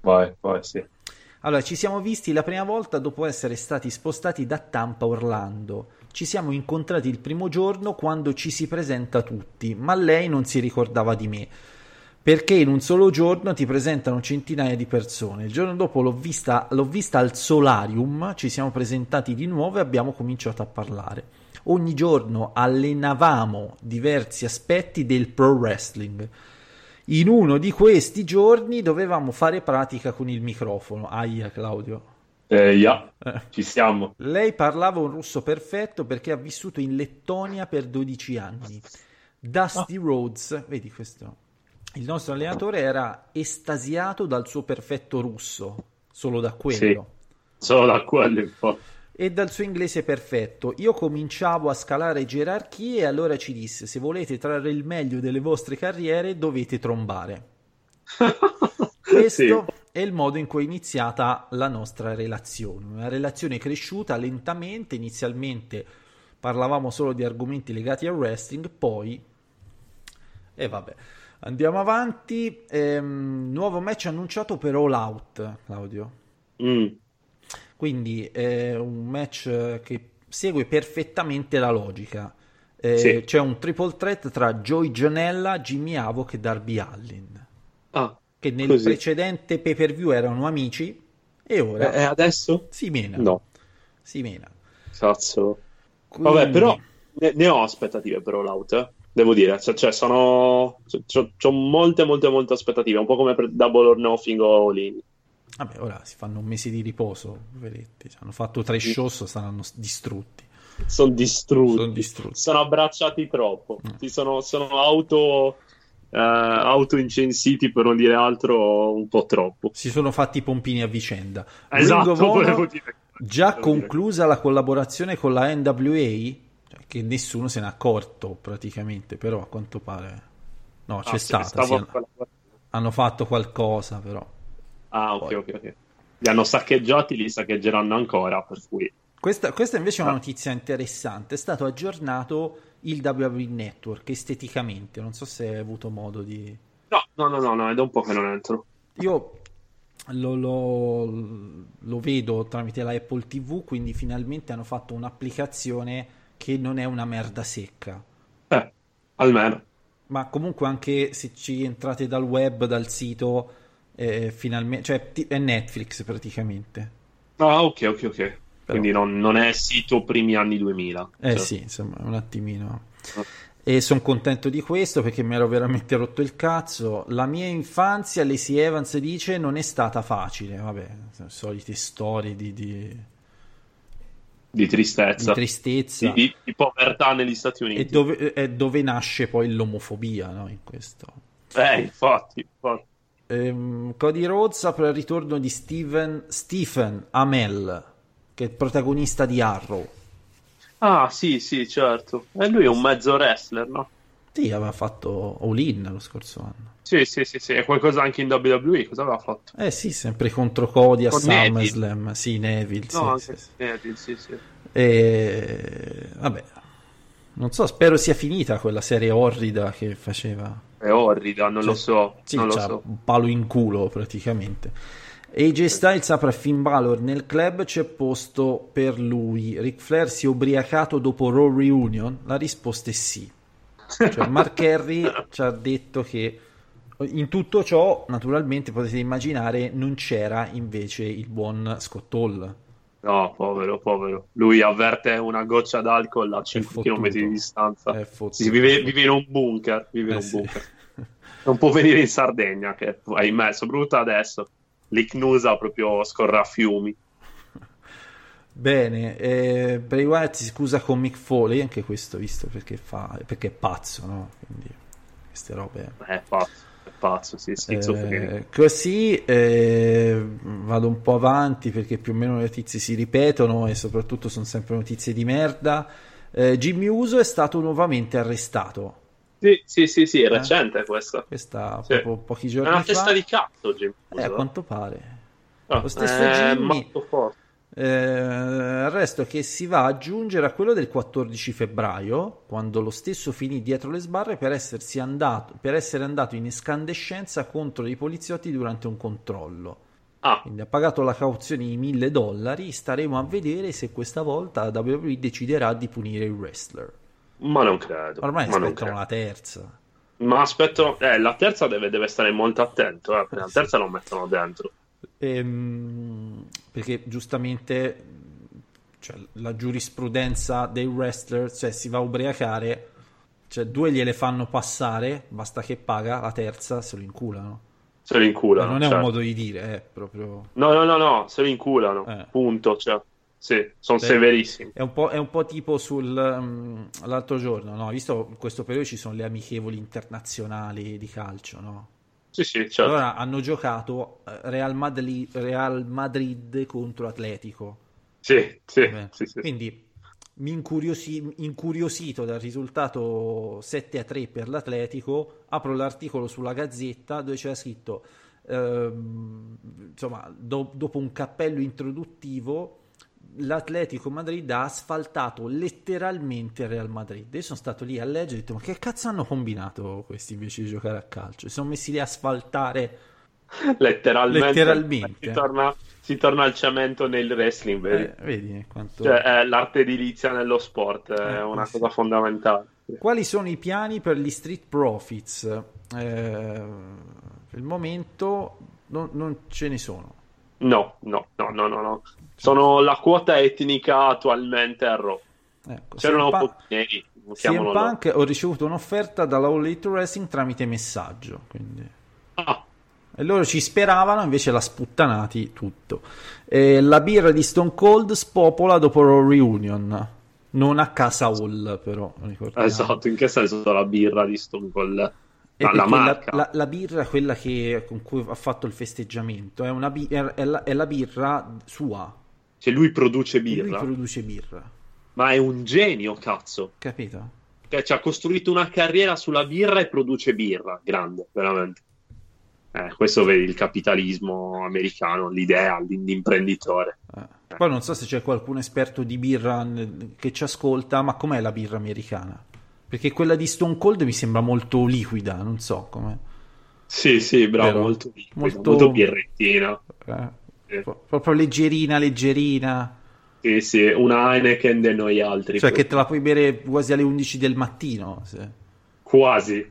Poi sì. Allora, ci siamo visti la prima volta dopo essere stati spostati da Tampa a Orlando. Ci siamo incontrati il primo giorno quando ci si presenta tutti, ma lei non si ricordava di me. Perché in un solo giorno ti presentano centinaia di persone. Il giorno dopo l'ho vista al Solarium, ci siamo presentati di nuovo e abbiamo cominciato a parlare. Ogni giorno allenavamo diversi aspetti del pro wrestling. In uno di questi giorni dovevamo fare pratica con il microfono. Aia, Claudio. Ci siamo. Lei parlava un russo perfetto perché ha vissuto in Lettonia per 12 anni. Dusty Rhodes, vedi questo? Il nostro allenatore era estasiato dal suo perfetto russo, solo da quello. Sì, solo da quello un po'. E dal suo inglese perfetto. Io cominciavo a scalare gerarchie e allora ci disse: se volete trarre il meglio delle vostre carriere dovete trombare. Questo è il modo in cui è iniziata la nostra relazione. Una relazione cresciuta lentamente. Inizialmente parlavamo solo di argomenti legati al wrestling, poi... E vabbè, andiamo avanti. Nuovo match annunciato per All Out, Claudio. Quindi è un match che segue perfettamente la logica. C'è un triple threat tra Joey Janela, Jimmy Havoc e Darby Allin. Che nel precedente pay per view erano amici e ora... E adesso? Si mena. No. Si mena. Cazzo. Quindi... Vabbè, però ne ho aspettative per All Out, devo dire. Cioè c'ho molte aspettative, un po' come per Double or Nothing o All In. Vabbè, ora si fanno un mese di riposo, poveretti. Hanno fatto 3 show, saranno distrutti. Sono distrutti. Sono abbracciati troppo. Sono auto-incensiti, per non dire altro, un po' troppo. Si sono fatti i pompini a vicenda. Esatto, volevo dire. Già conclusa la collaborazione con la NWA, che nessuno se n'è accorto praticamente, però a quanto pare... No, c'è stata. Hanno fatto qualcosa, però. Ok. Li hanno saccheggiati, li saccheggeranno ancora, per cui... Questa invece è una notizia interessante. È stato aggiornato il WWE Network esteticamente. Non so se hai avuto modo di... No, è da un po' che non entro. Io lo vedo tramite la Apple TV, quindi finalmente hanno fatto un'applicazione che non è una merda secca. Almeno. Ma comunque anche se ci entrate dal web, dal sito, finalmente, cioè è Netflix praticamente. Ok. Però... Quindi non è sito primi anni 2000. Sì, insomma, un attimino. E sono contento di questo perché mi ero veramente rotto il cazzo. La mia infanzia, Lacey Evans dice, non è stata facile. Vabbè, solite storie di tristezza. Di povertà negli Stati Uniti. E dove nasce poi l'omofobia, no? In questo. Infatti. Cody Rhodes apre il ritorno di Stephen Amell, che è il protagonista di Arrow. Sì, certo. E lui è un mezzo wrestler, no? Sì, aveva fatto All In lo scorso anno. Sì, e qualcosa anche in WWE, cosa aveva fatto? Sì, sempre contro Cody a con SummerSlam. Neville. Sì, Neville. Neville, sì. E vabbè, non so, spero sia finita quella serie orrida che faceva. È orrida, non lo so. Sì, c'ha un palo in culo praticamente. AJ Styles apre Finn Balor nel club, c'è posto per lui. Ric Flair si è ubriacato dopo Raw Reunion? La risposta è sì. Cioè Mark Henry ci ha detto che in tutto ciò, naturalmente potete immaginare, non c'era invece il buon Scott Hall. No, povero. Lui avverte una goccia d'alcol a 5 km di distanza. Vive in un bunker. Non può venire in Sardegna, che ahimè, soprattutto adesso. L'Icnusa proprio scorre a fiumi. Bene, Bray Wyatt si scusa con Mick Foley, anche questo visto perché è pazzo, no? Quindi queste robe... È pazzo, sì, schizofrenico. Così vado un po' avanti perché più o meno le notizie si ripetono e soprattutto sono sempre notizie di merda. Jimmy Uso è stato nuovamente arrestato. Sì, è recente questa. Questa proprio pochi giorni fa. È una testa di cazzo, Jimmy. A quanto pare. Lo stesso Jimmy. Arresto che si va ad aggiungere a quello del 14 febbraio, quando lo stesso finì dietro le sbarre per essere andato in escandescenza contro i poliziotti durante un controllo. Quindi ha pagato la cauzione di $1,000. Staremo a vedere se questa volta la WWE deciderà di punire il wrestler. Ma non credo. Ormai aspettano la terza. Ma aspetto, la terza deve stare molto attento, perché la terza lo mettono dentro. Perché giustamente, cioè, la giurisprudenza dei wrestler, cioè si va a ubriacare, cioè 2 gliele fanno passare, basta che paga, la terza se lo inculano. Se lo inculano. Non è un modo di dire, è proprio... No, se lo inculano, punto, cioè. Sì, sono severissimi. È un po' tipo l'altro giorno, no? Visto in questo periodo ci sono le amichevoli internazionali di calcio, no? Sì, certo. Allora hanno giocato Real Madrid contro Atletico. Sì. Quindi mi incuriosito dal risultato 7-3 per l'Atletico, apro l'articolo sulla Gazzetta dove c'era scritto insomma, dopo un cappello introduttivo, l'Atletico Madrid ha asfaltato letteralmente il Real Madrid. Io sono stato lì a leggere e ho detto: ma che cazzo hanno combinato questi invece di giocare a calcio? Si sono messi lì a asfaltare letteralmente. Si torna al cemento nel wrestling, vedi quanto... cioè, l'arte edilizia nello sport è una cosa fondamentale. Quali sono i piani per gli Street Profits? Per il momento non ce ne sono. No. Sono la quota etnica attualmente a Raw. C'erano pochi. CM Punk, ho ricevuto un'offerta dalla All Elite Wrestling tramite messaggio, quindi... E loro ci speravano, invece l'ha sputtanati tutto. La birra di Stone Cold spopola dopo Raw Reunion, non a casa Hall, però ricordiamo. Esatto, in che senso la birra di Stone Cold? La marca. La birra, quella con cui ha fatto il festeggiamento, è la birra sua. Cioè lui produce birra. Ma è un genio, cazzo. Capito? Cioè, ci ha costruito una carriera sulla birra e produce birra. Grande, veramente. Questo vedi il capitalismo americano, l'idea dell'imprenditore. Poi non so se c'è qualcun esperto di birra che ci ascolta, ma com'è la birra americana? Perché quella di Stone Cold mi sembra molto liquida, non so com'è. Sì, bravo, però, molto liquida, molto birrettina. Proprio leggerina. Sì, una Heineken di noi altri. Cioè, che te la puoi bere quasi alle 11 del mattino. Quasi.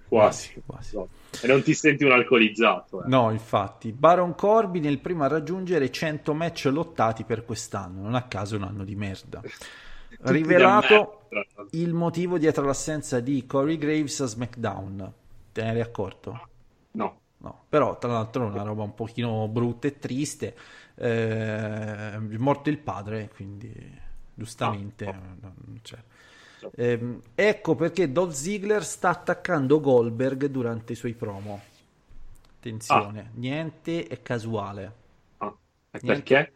E non ti senti un alcolizzato. No, infatti. Baron Corbin è il primo a raggiungere 100 match lottati per quest'anno. Non a caso è un anno di merda. Rivelato il motivo dietro l'assenza di Corey Graves a SmackDown. Te ne eri accorto? No. Però tra l'altro è una roba un pochino brutta e triste. È morto il padre, quindi giustamente non c'è. Ecco perché Dolph Ziggler sta attaccando Goldberg durante i suoi promo. Attenzione, niente è casuale. Perché?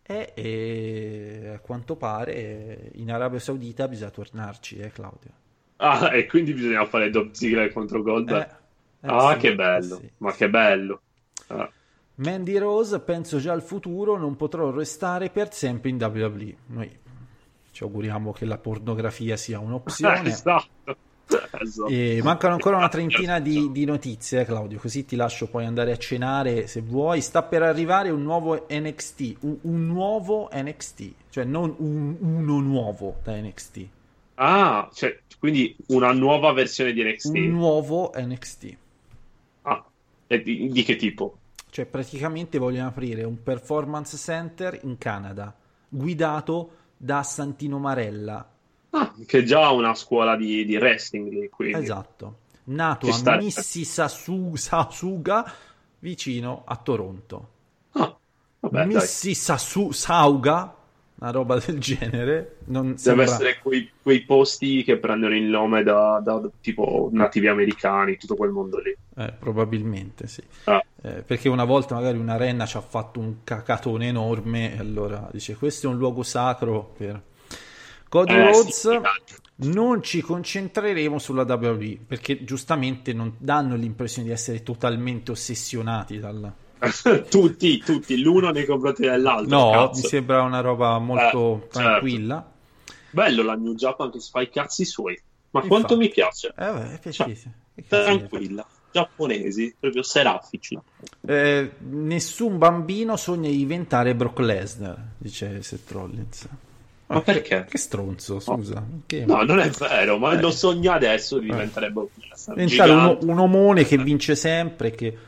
E a quanto pare in Arabia Saudita bisogna tornarci, Claudio. E quindi bisogna fare Dolph Ziggler contro Goldberg. Sì, che bello. Sì. Ma che bello. Mandy Rose, penso già al futuro, non potrò restare per sempre in WWE. Noi ci auguriamo che la pornografia sia un'opzione. Esatto. E mancano ancora una trentina di notizie, Claudio, così ti lascio poi andare a cenare se vuoi. Sta per arrivare un nuovo NXT, un nuovo NXT, cioè non uno nuovo da NXT. Cioè, quindi una nuova versione di NXT. Un nuovo NXT. E di che tipo? Cioè, praticamente vogliono aprire un performance center in Canada, guidato da Santino Marella. Che già ha una scuola di wrestling lì, quindi. Esatto. Nato a Mississauga, vicino a Toronto. Mississauga, una roba del genere. Deve essere quei posti che prendono il nome da tipo nativi americani, tutto quel mondo lì. Probabilmente sì. Perché una volta magari una renna ci ha fatto un cacatone enorme e allora dice questo è un luogo sacro per Cody Rhodes. Non ci concentreremo sulla WWE perché giustamente non danno l'impressione di essere totalmente ossessionati dal tutti l'uno nei confronti dell'altro. No, cazzo. mi sembra una roba molto tranquilla. Certo. Bello la New Japan che si fa i cazzi suoi, ma quanto mi piace. È piacevole. Tranquilla. giapponesi, proprio serafici. Nessun bambino sogna di diventare Brock Lesnar, dice Seth Rollins. Ma perché? Che stronzo, scusa. No, non è vero, ma lo sogna adesso di diventare Brock Lesnar. Diventare un omone che vince sempre, che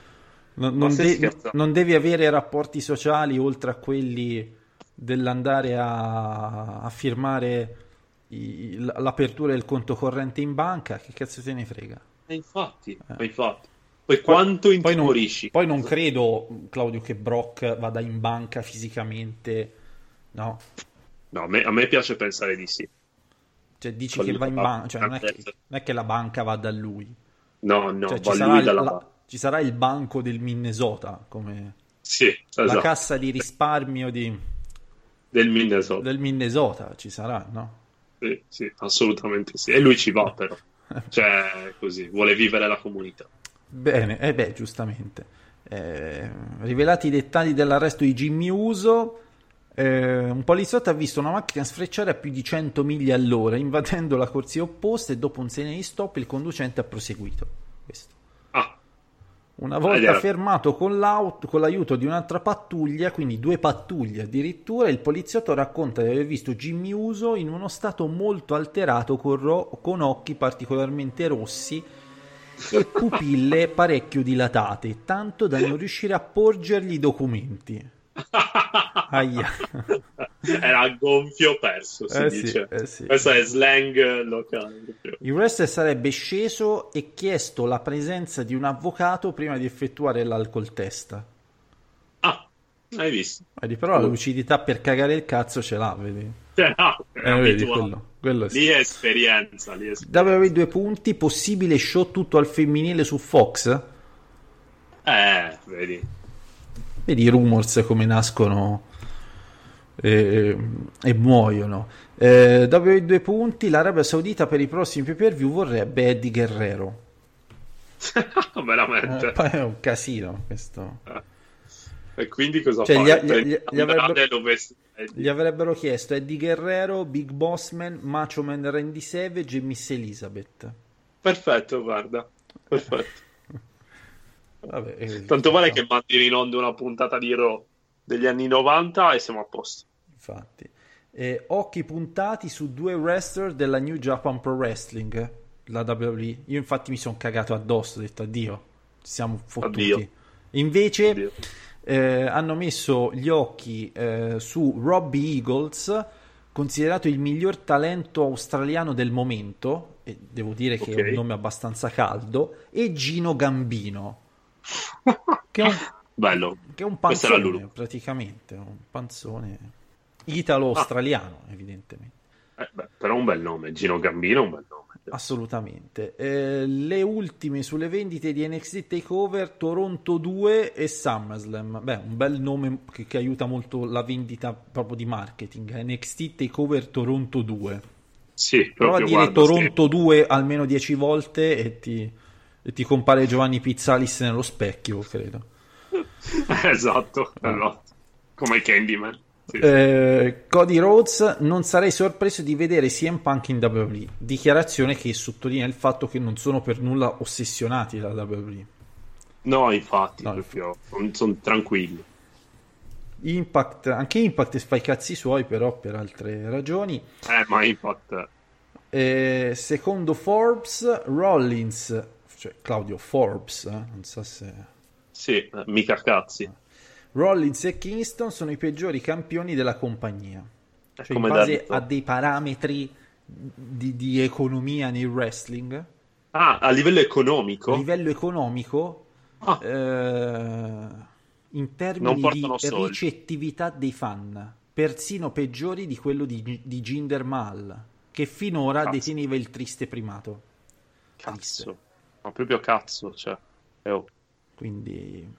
non devi avere rapporti sociali oltre a quelli dell'andare a firmare l'apertura del conto corrente in banca. Che cazzo te ne frega? Infatti. Poi quanto intimorisci? Poi non credo, Claudio, che Brock vada in banca fisicamente, no? No, a me piace pensare di sì. Cioè, dici che va in banca, cioè, non è che la banca va da lui. No, cioè, va lui dalla ci sarà il banco del Minnesota, come sì, esatto. La cassa di risparmio del Minnesota. Del Minnesota ci sarà, no? Sì, assolutamente sì. E lui ci va, però. Cioè, così, vuole vivere la comunità. Bene, giustamente. Rivelati i dettagli dell'arresto di Jimmy Uso, un poliziotto ha visto una macchina sfrecciare a più di 100 miglia all'ora, invadendo la corsia opposta, e dopo un segnale di stop il conducente ha proseguito. Questo. Una volta fermato con l'aiuto di un'altra pattuglia, quindi 2 pattuglie addirittura, il poliziotto racconta di aver visto Jimmy Uso in uno stato molto alterato, con occhi particolarmente rossi e pupille parecchio dilatate, tanto da non riuscire a porgergli i documenti. Aia. Era a gonfio perso, si dice. Sì. Questo è slang locale. Il wrestler sarebbe sceso e chiesto la presenza di un avvocato prima di effettuare l'alcol test. Hai visto? Vedi, però la lucidità per cazzo ce l'ha, vedi? Vedi, quello sì. Lì è esperienza. WWE 2 punti, possibile show tutto al femminile su Fox? Vedi i rumors come nascono e muoiono. WWE 2 punti, l'Arabia Saudita per i prossimi pay-per-view vorrebbe Eddie Guerrero. Veramente. Poi è un casino questo. E quindi cosa fai? Gli avrebbero chiesto Eddie Guerrero, Big Boss Man, Macho Man Randy Savage e Miss Elizabeth. Perfetto, guarda. Perfetto. Vabbè, tanto vale che mandino in onda una puntata di Raw degli anni 90 e siamo a posto. Infatti. Occhi puntati su 2 wrestler della New Japan Pro Wrestling, la WWE. Io infatti mi sono cagato addosso, ho detto addio, ci siamo fottuti. Addio. Invece hanno messo gli occhi su Robbie Eagles, considerato il miglior talento australiano del momento, e devo dire che è un nome abbastanza caldo, e Gino Gambino, che è un panzone, praticamente un panzone italo-australiano, evidentemente. Però un bel nome, Gino Gambino è un bel nome. Assolutamente. Le ultime sulle vendite di NXT TakeOver, Toronto 2 e SummerSlam. Un bel nome che aiuta molto la vendita proprio di marketing. NXT TakeOver Toronto 2. Sì, prova a dire Toronto 2 almeno 10 volte e ti compare Giovanni Pizzalis nello specchio, credo. Esatto. Come Candyman. Sì. Cody Rhodes, non sarei sorpreso di vedere CM Punk in WWE, dichiarazione che sottolinea il fatto che non sono per nulla ossessionati dalla WWE. No, infatti, sono tranquilli. Anche Impact fa i cazzi suoi, però per altre ragioni. Ma Impact secondo Forbes, Rollins, cioè Claudio Forbes, non so se sì, mica cazzi. Rollins e Kingston sono i peggiori campioni della compagnia, cioè in Come base a dei parametri di economia nel wrestling. A livello economico? A livello economico, in termini di ricettività dei fan, persino peggiori di quello di Jinder Mahal, che finora deteneva il triste primato. Cazzo, ma proprio cazzo, cioè. Quindi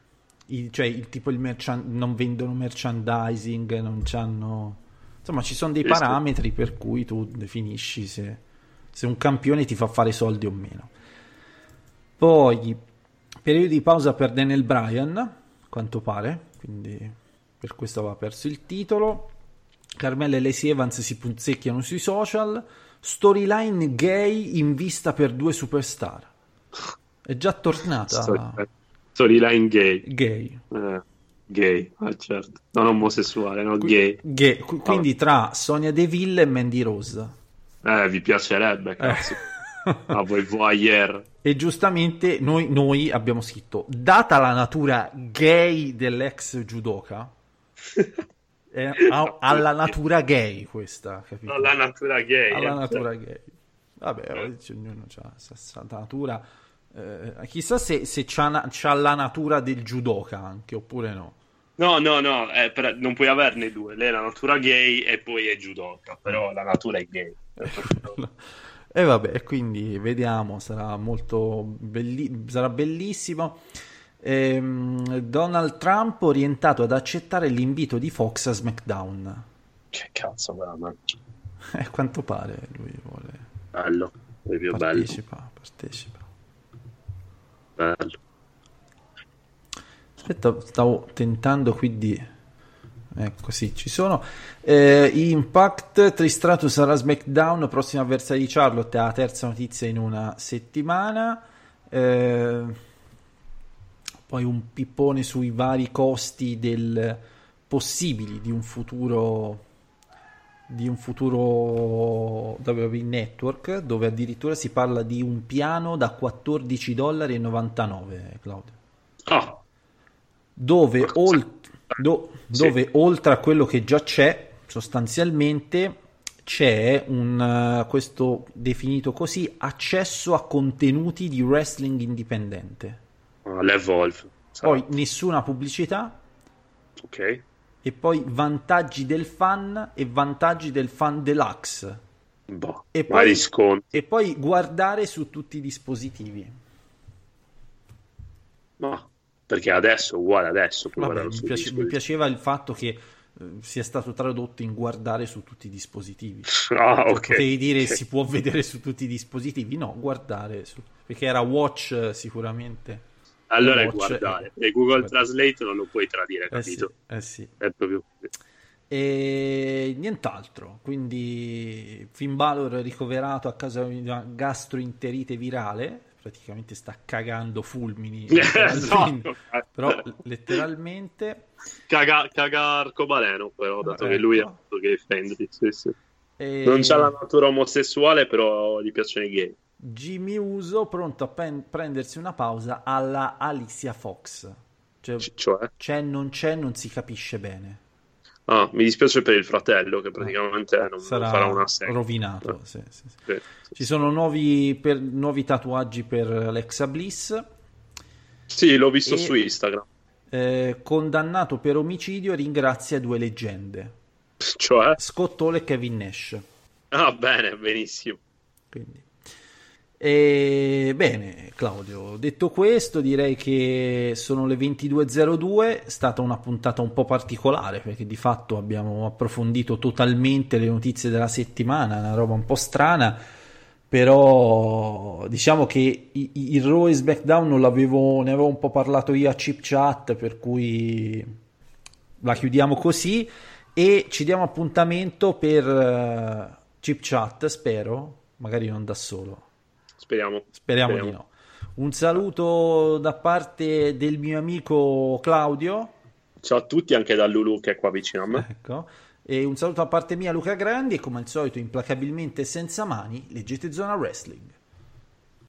non vendono merchandising, non c'hanno, insomma ci sono dei parametri per cui tu definisci se un campione ti fa fare soldi o meno. Poi periodo di pausa per Daniel Bryan, quanto pare, quindi per questo aveva perso il titolo. Carmella e Lacey Evans si punzecchiano sui social. Storyline gay in vista per 2 superstar. È già tornata. Storyline gay. Gay. Certo. Non omosessuale, no, gay. Quindi tra Sonia Deville e Mandy Rose. Vi piacerebbe, cazzo. Voi voyeur. E giustamente noi abbiamo scritto, data la natura gay dell'ex judoka, alla natura gay questa, capito? Alla natura gay. Gay. Vabbè, ognuno ha la stessa natura. Chissà se c'ha la natura del judoka anche, oppure no. No, non puoi averne due. Lei è la natura gay e poi è judoka, però la natura è gay. E vabbè, quindi vediamo, sarà molto sarà bellissimo. Donald Trump orientato ad accettare l'invito di Fox a SmackDown. Che cazzo, veramente. Quanto pare lui vuole. Bello, è più partecipa. Bello. Aspetta, stavo tentando qui di... Ecco, sì, ci sono. Impact, Tristratus sarà SmackDown, prossimo avversario di Charlotte, è la terza notizia in una settimana. Poi un pippone sui vari costi possibili di un futuro WWE Network, dove addirittura si parla di un piano da $14,99, Claudio. Dove oltre a quello che già c'è, sostanzialmente c'è questo definito così, accesso a contenuti di wrestling indipendente. L'Evolve. Poi nessuna pubblicità. Ok. E poi vantaggi del fan e vantaggi del fan deluxe. E poi guardare su tutti i dispositivi. Perché adesso è uguale adesso. Vabbè, mi piaceva il fatto che sia stato tradotto in guardare su tutti i dispositivi. Ok. Potevi dire si può vedere su tutti i dispositivi, no, guardare perché era watch sicuramente. Allora è guardare, e Google Translate non lo puoi tradire, capito? Sì. È proprio così. E nient'altro, quindi Finn Balor è ricoverato a causa di una gastroenterite virale, praticamente sta cagando fulmini, però letteralmente caga arcobaleno, però dato che lui è gay friendly, sì. Non c'ha la natura omosessuale, però gli piacciono i gay. Jimmy Uso pronto a prendersi una pausa alla Alicia Fox, cioè non si capisce bene. Mi dispiace per il fratello che praticamente non farà una serie. Rovinato. Sì. Ci sono nuovi tatuaggi per Alexa Bliss. Sì, l'ho visto su Instagram. Condannato per omicidio, ringrazia due leggende, cioè Scott Hall e Kevin Nash. Bene, benissimo. Quindi bene, Claudio, detto questo, direi che sono le 22:02. È stata una puntata un po' particolare perché di fatto abbiamo approfondito totalmente le notizie della settimana, una roba un po' strana, però diciamo che il Raw e SmackDown ne avevo un po' parlato io a Chip Chat, per cui la chiudiamo così e ci diamo appuntamento per Chip Chat, spero, magari non da solo. Speriamo di no. Un saluto da parte del mio amico Claudio. Ciao a tutti, anche da Lulu che è qua vicino a me. Ecco. E un saluto da parte mia, Luca Grandi, e come al solito implacabilmente senza mani, leggete Zona Wrestling.